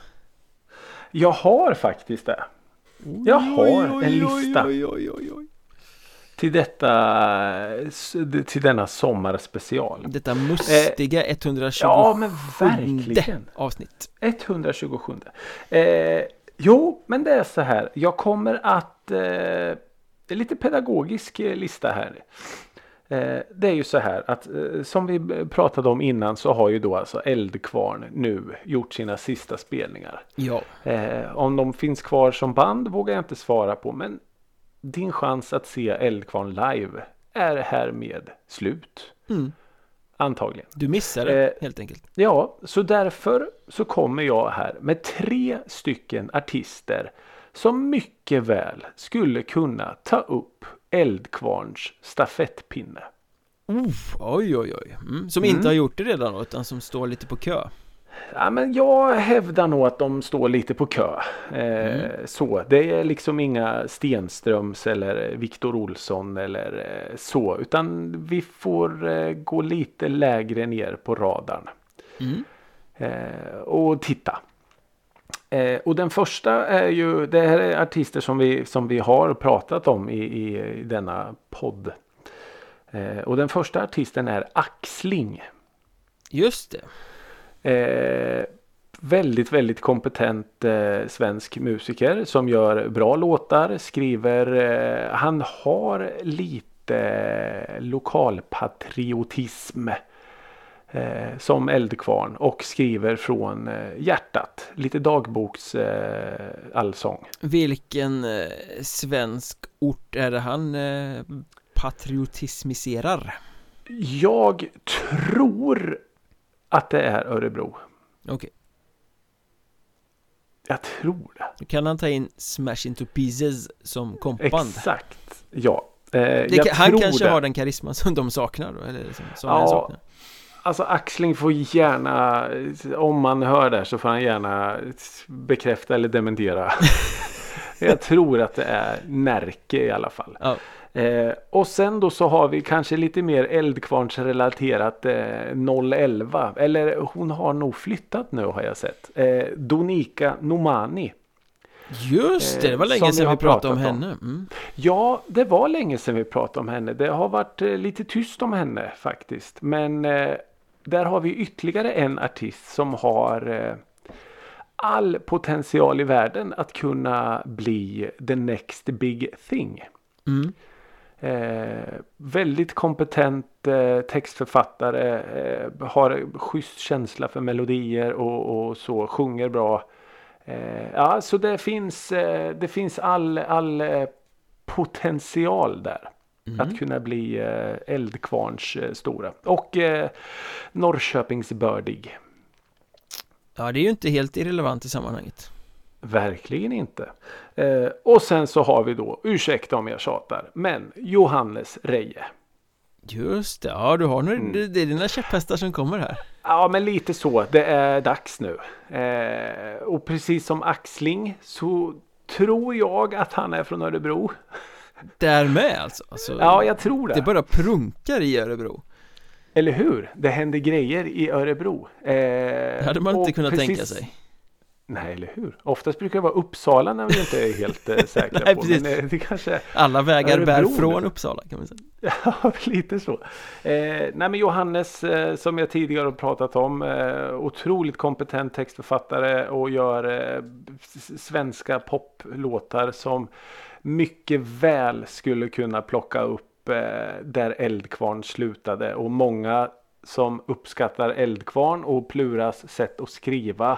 Jag har faktiskt det. Jag har oj, en lista oj, oj, oj, oj. till detta till denna sommarspecial. Detta mustiga eh, etthundratjugosju ja, men verkligen. avsnitt. etthundratjugosju. Eh, jo, men det är så här. Jag kommer att eh, det är lite pedagogisk lista här. Eh, det är ju så här att eh, som vi pratade om innan så har ju då alltså Eldkvarn nu gjort sina sista spelningar. Ja. Eh, om de finns kvar som band vågar jag inte svara på, men din chans att se Eldkvarn live är härmed slut. Mm. Antagligen. Du missar det eh, helt enkelt. Ja, så därför så kommer jag här med tre stycken artister som mycket väl skulle kunna ta upp Eldkvarns stafettpinne. Uh, oj, oj, oj. Mm. Som mm. inte har gjort det redan, utan som står lite på kö. Ja, men jag hävdar nog att de står lite på kö. Eh, mm. Så, det är liksom inga Stenströms eller Viktor Olsson eller eh, så. Utan vi får eh, gå lite lägre ner på radarn. Mm. Eh, och titta. Eh, och den första är ju, det här är artister som vi, som vi har pratat om i, i, i denna podd. Eh, och den första artisten är Axling. Just det. Eh, väldigt, väldigt kompetent eh, svensk musiker som gör bra låtar, skriver, eh, han har lite lokalpatriotism. eh, som eldkvarn och skriver från eh, hjärtat. Lite dagboks eh, allsång. Vilken eh, svensk ort är det han eh, patriotismiserar? Jag tror att det är Örebro. Okej. Okay. Jag tror det. Då kan han ta in Smash Into Pieces som kompband. Exakt, ja. Eh, det, jag han tror kanske det. har den karisma som de saknar då, eller som, som ja, saknar. Alltså Axling får gärna, om man hör det så får han gärna bekräfta eller dementera. Jag tror att det är Närke i alla fall. Ja. Eh, och sen då så har vi kanske lite mer eldkvarnsrelaterat eh, noll elva. Eller hon har nog flyttat nu har jag sett. Eh, Donika Nomani. Just det, det var länge eh, sedan vi, vi pratade om om. henne. Mm. Ja, det var länge sedan vi pratade om henne. Det har varit eh, lite tyst om henne faktiskt. Men eh, där har vi ytterligare en artist som har eh, all potential i världen att kunna bli the next big thing. Mm. Eh, väldigt kompetent eh, textförfattare, eh, har schysst känsla för melodier och, och så, sjunger bra. Eh, ja, så det finns, eh, det finns all, all eh, potential där. Mm. Att kunna bli eh, eldkvarns eh, stora. Och eh, Norrköpingsbördig. Ja, det är ju inte helt irrelevant i sammanhanget. Verkligen inte. Eh, och sen så har vi då, ursäkta om jag tjatar, men Johannes Reje. Just det, ja du har nu, mm. det, det är dina käpphästar som kommer här. Ja, men lite så, det är dags nu. Eh, och precis som Axling så tror jag att han är från Örebro. Därmed alltså? alltså? Ja, jag tror det. Det bara prunkar i Örebro. Eller hur? Det händer grejer i Örebro. Eh, det hade man inte kunnat precis... tänka sig. Nej, eller hur? Oftast brukar det vara Uppsala när vi inte är helt eh, säkra Nej, på. Precis. Men, eh, det kanske alla vägar Örebro bär nu. från Uppsala kan man säga. Ja, lite så. Eh, nej, men Johannes, eh, som jag tidigare har pratat om, eh, otroligt kompetent textförfattare och gör eh, svenska poplåtar som mycket väl skulle kunna plocka upp eh, där Eldkvarn slutade. Och många som uppskattar Eldkvarn och Pluras sätt att skriva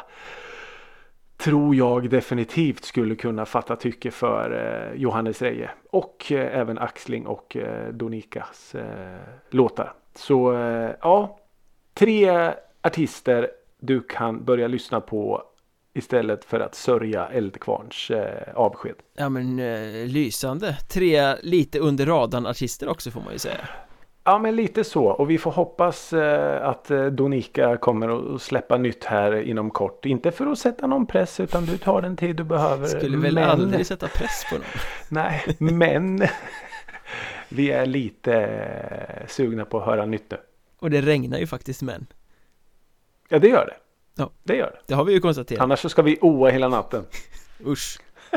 tror jag definitivt skulle kunna fatta tycke för eh, Johannes Reje. Och eh, även Axling och eh, Donikas eh, låtar. Så eh, ja, tre artister du kan börja lyssna på istället för att sörja Eldkvarns eh, avsked. Ja men eh, lysande. Tre lite under radarn artister också får man ju säga. Ja, men lite så. Och vi får hoppas eh, att eh, Donika kommer att släppa nytt här inom kort. Inte för att sätta någon press, utan du tar den tid du behöver. Skulle väl men... aldrig sätta press på någon. Nej, men vi är lite eh, sugna på att höra nytt nu. Och det regnar ju faktiskt men. Ja, det gör det. Ja, det gör det. Det har vi ju konstaterat. Annars så ska vi oa hela natten. Usch.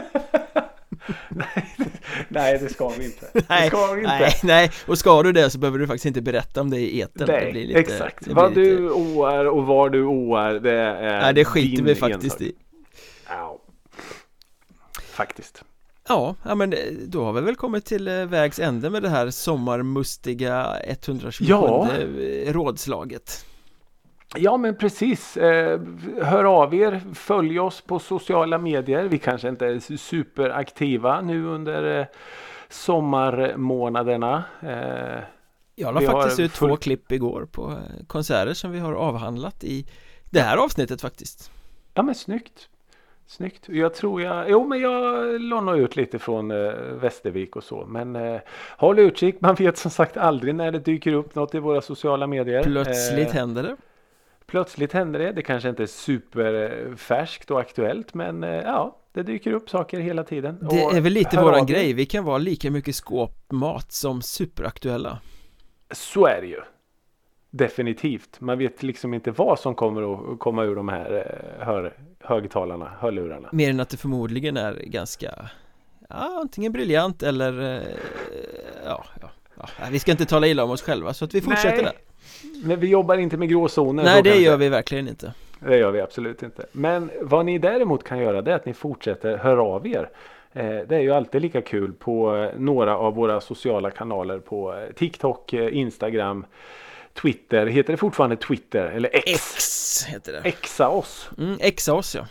nej, nej, det ska vi inte. Nej, det ska vi inte. Nej, nej, och ska du det så behöver du faktiskt inte berätta om det i etern. Nej, det blir lite, exakt. Det vad lite... du oar och var du oar, det är nej, det skiter vi faktiskt ensak. i. Ja, faktiskt. Ja, ja, men då har vi väl kommit till vägs ände med det här sommarmustiga etthundratjugosjunde ja. rådslaget. Ja, men precis. Eh, hör av er, följ oss på sociala medier. Vi kanske inte är superaktiva nu under eh, sommarmånaderna. Eh, Jag la faktiskt ut full... två klipp igår på eh, konserter som vi har avhandlat i det här avsnittet faktiskt. Ja, men snyggt. Snyggt. Jag tror jag, jo men jag la nog ut lite från eh, Västervik och så. Men eh, håll utkik, man vet som sagt aldrig när det dyker upp något i våra sociala medier. Plötsligt eh, händer det. Plötsligt händer det. Det kanske inte är superfärskt och aktuellt, men eh, ja, det dyker upp saker hela tiden. Det och är väl lite våran grej. Vi kan vara lika mycket skåpmat som superaktuella. Så är det ju. Definitivt. Man vet liksom inte vad som kommer att komma ur de här hör, högtalarna, hörlurarna. Mer än att det förmodligen är ganska ja, antingen briljant eller ja, ja, ja, vi ska inte tala illa om oss själva så att vi fortsätter. Nej, där. Men vi jobbar inte med gråzoner. Nej, det gör vi verkligen inte. Det gör vi absolut inte. Men vad ni däremot kan göra det är att ni fortsätter höra av er. Det är ju alltid lika kul på några av våra sociala kanaler på TikTok, Instagram, Twitter. Heter det fortfarande Twitter? Eller X? X heter det. Exa oss. Mm, Exa oss, ja.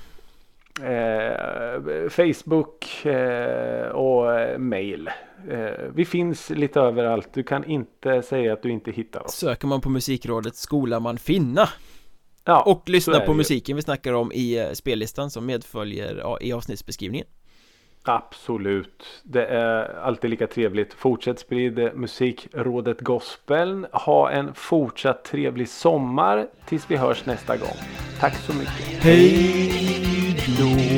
Eh, Facebook eh, och eh, mail. Eh, vi finns lite överallt. Du kan inte säga att du inte hittar oss. Söker man på Musikrådet skola man finna. Ja, och lyssna på musiken vi snackar om i eh, spellistan som medföljer ja, i avsnittsbeskrivningen. Absolut. Det är alltid lika trevligt. Fortsätt sprida Musikrådet Gospeln. Ha en fortsatt trevlig sommar tills vi hörs nästa gång. Tack så mycket. Hej då!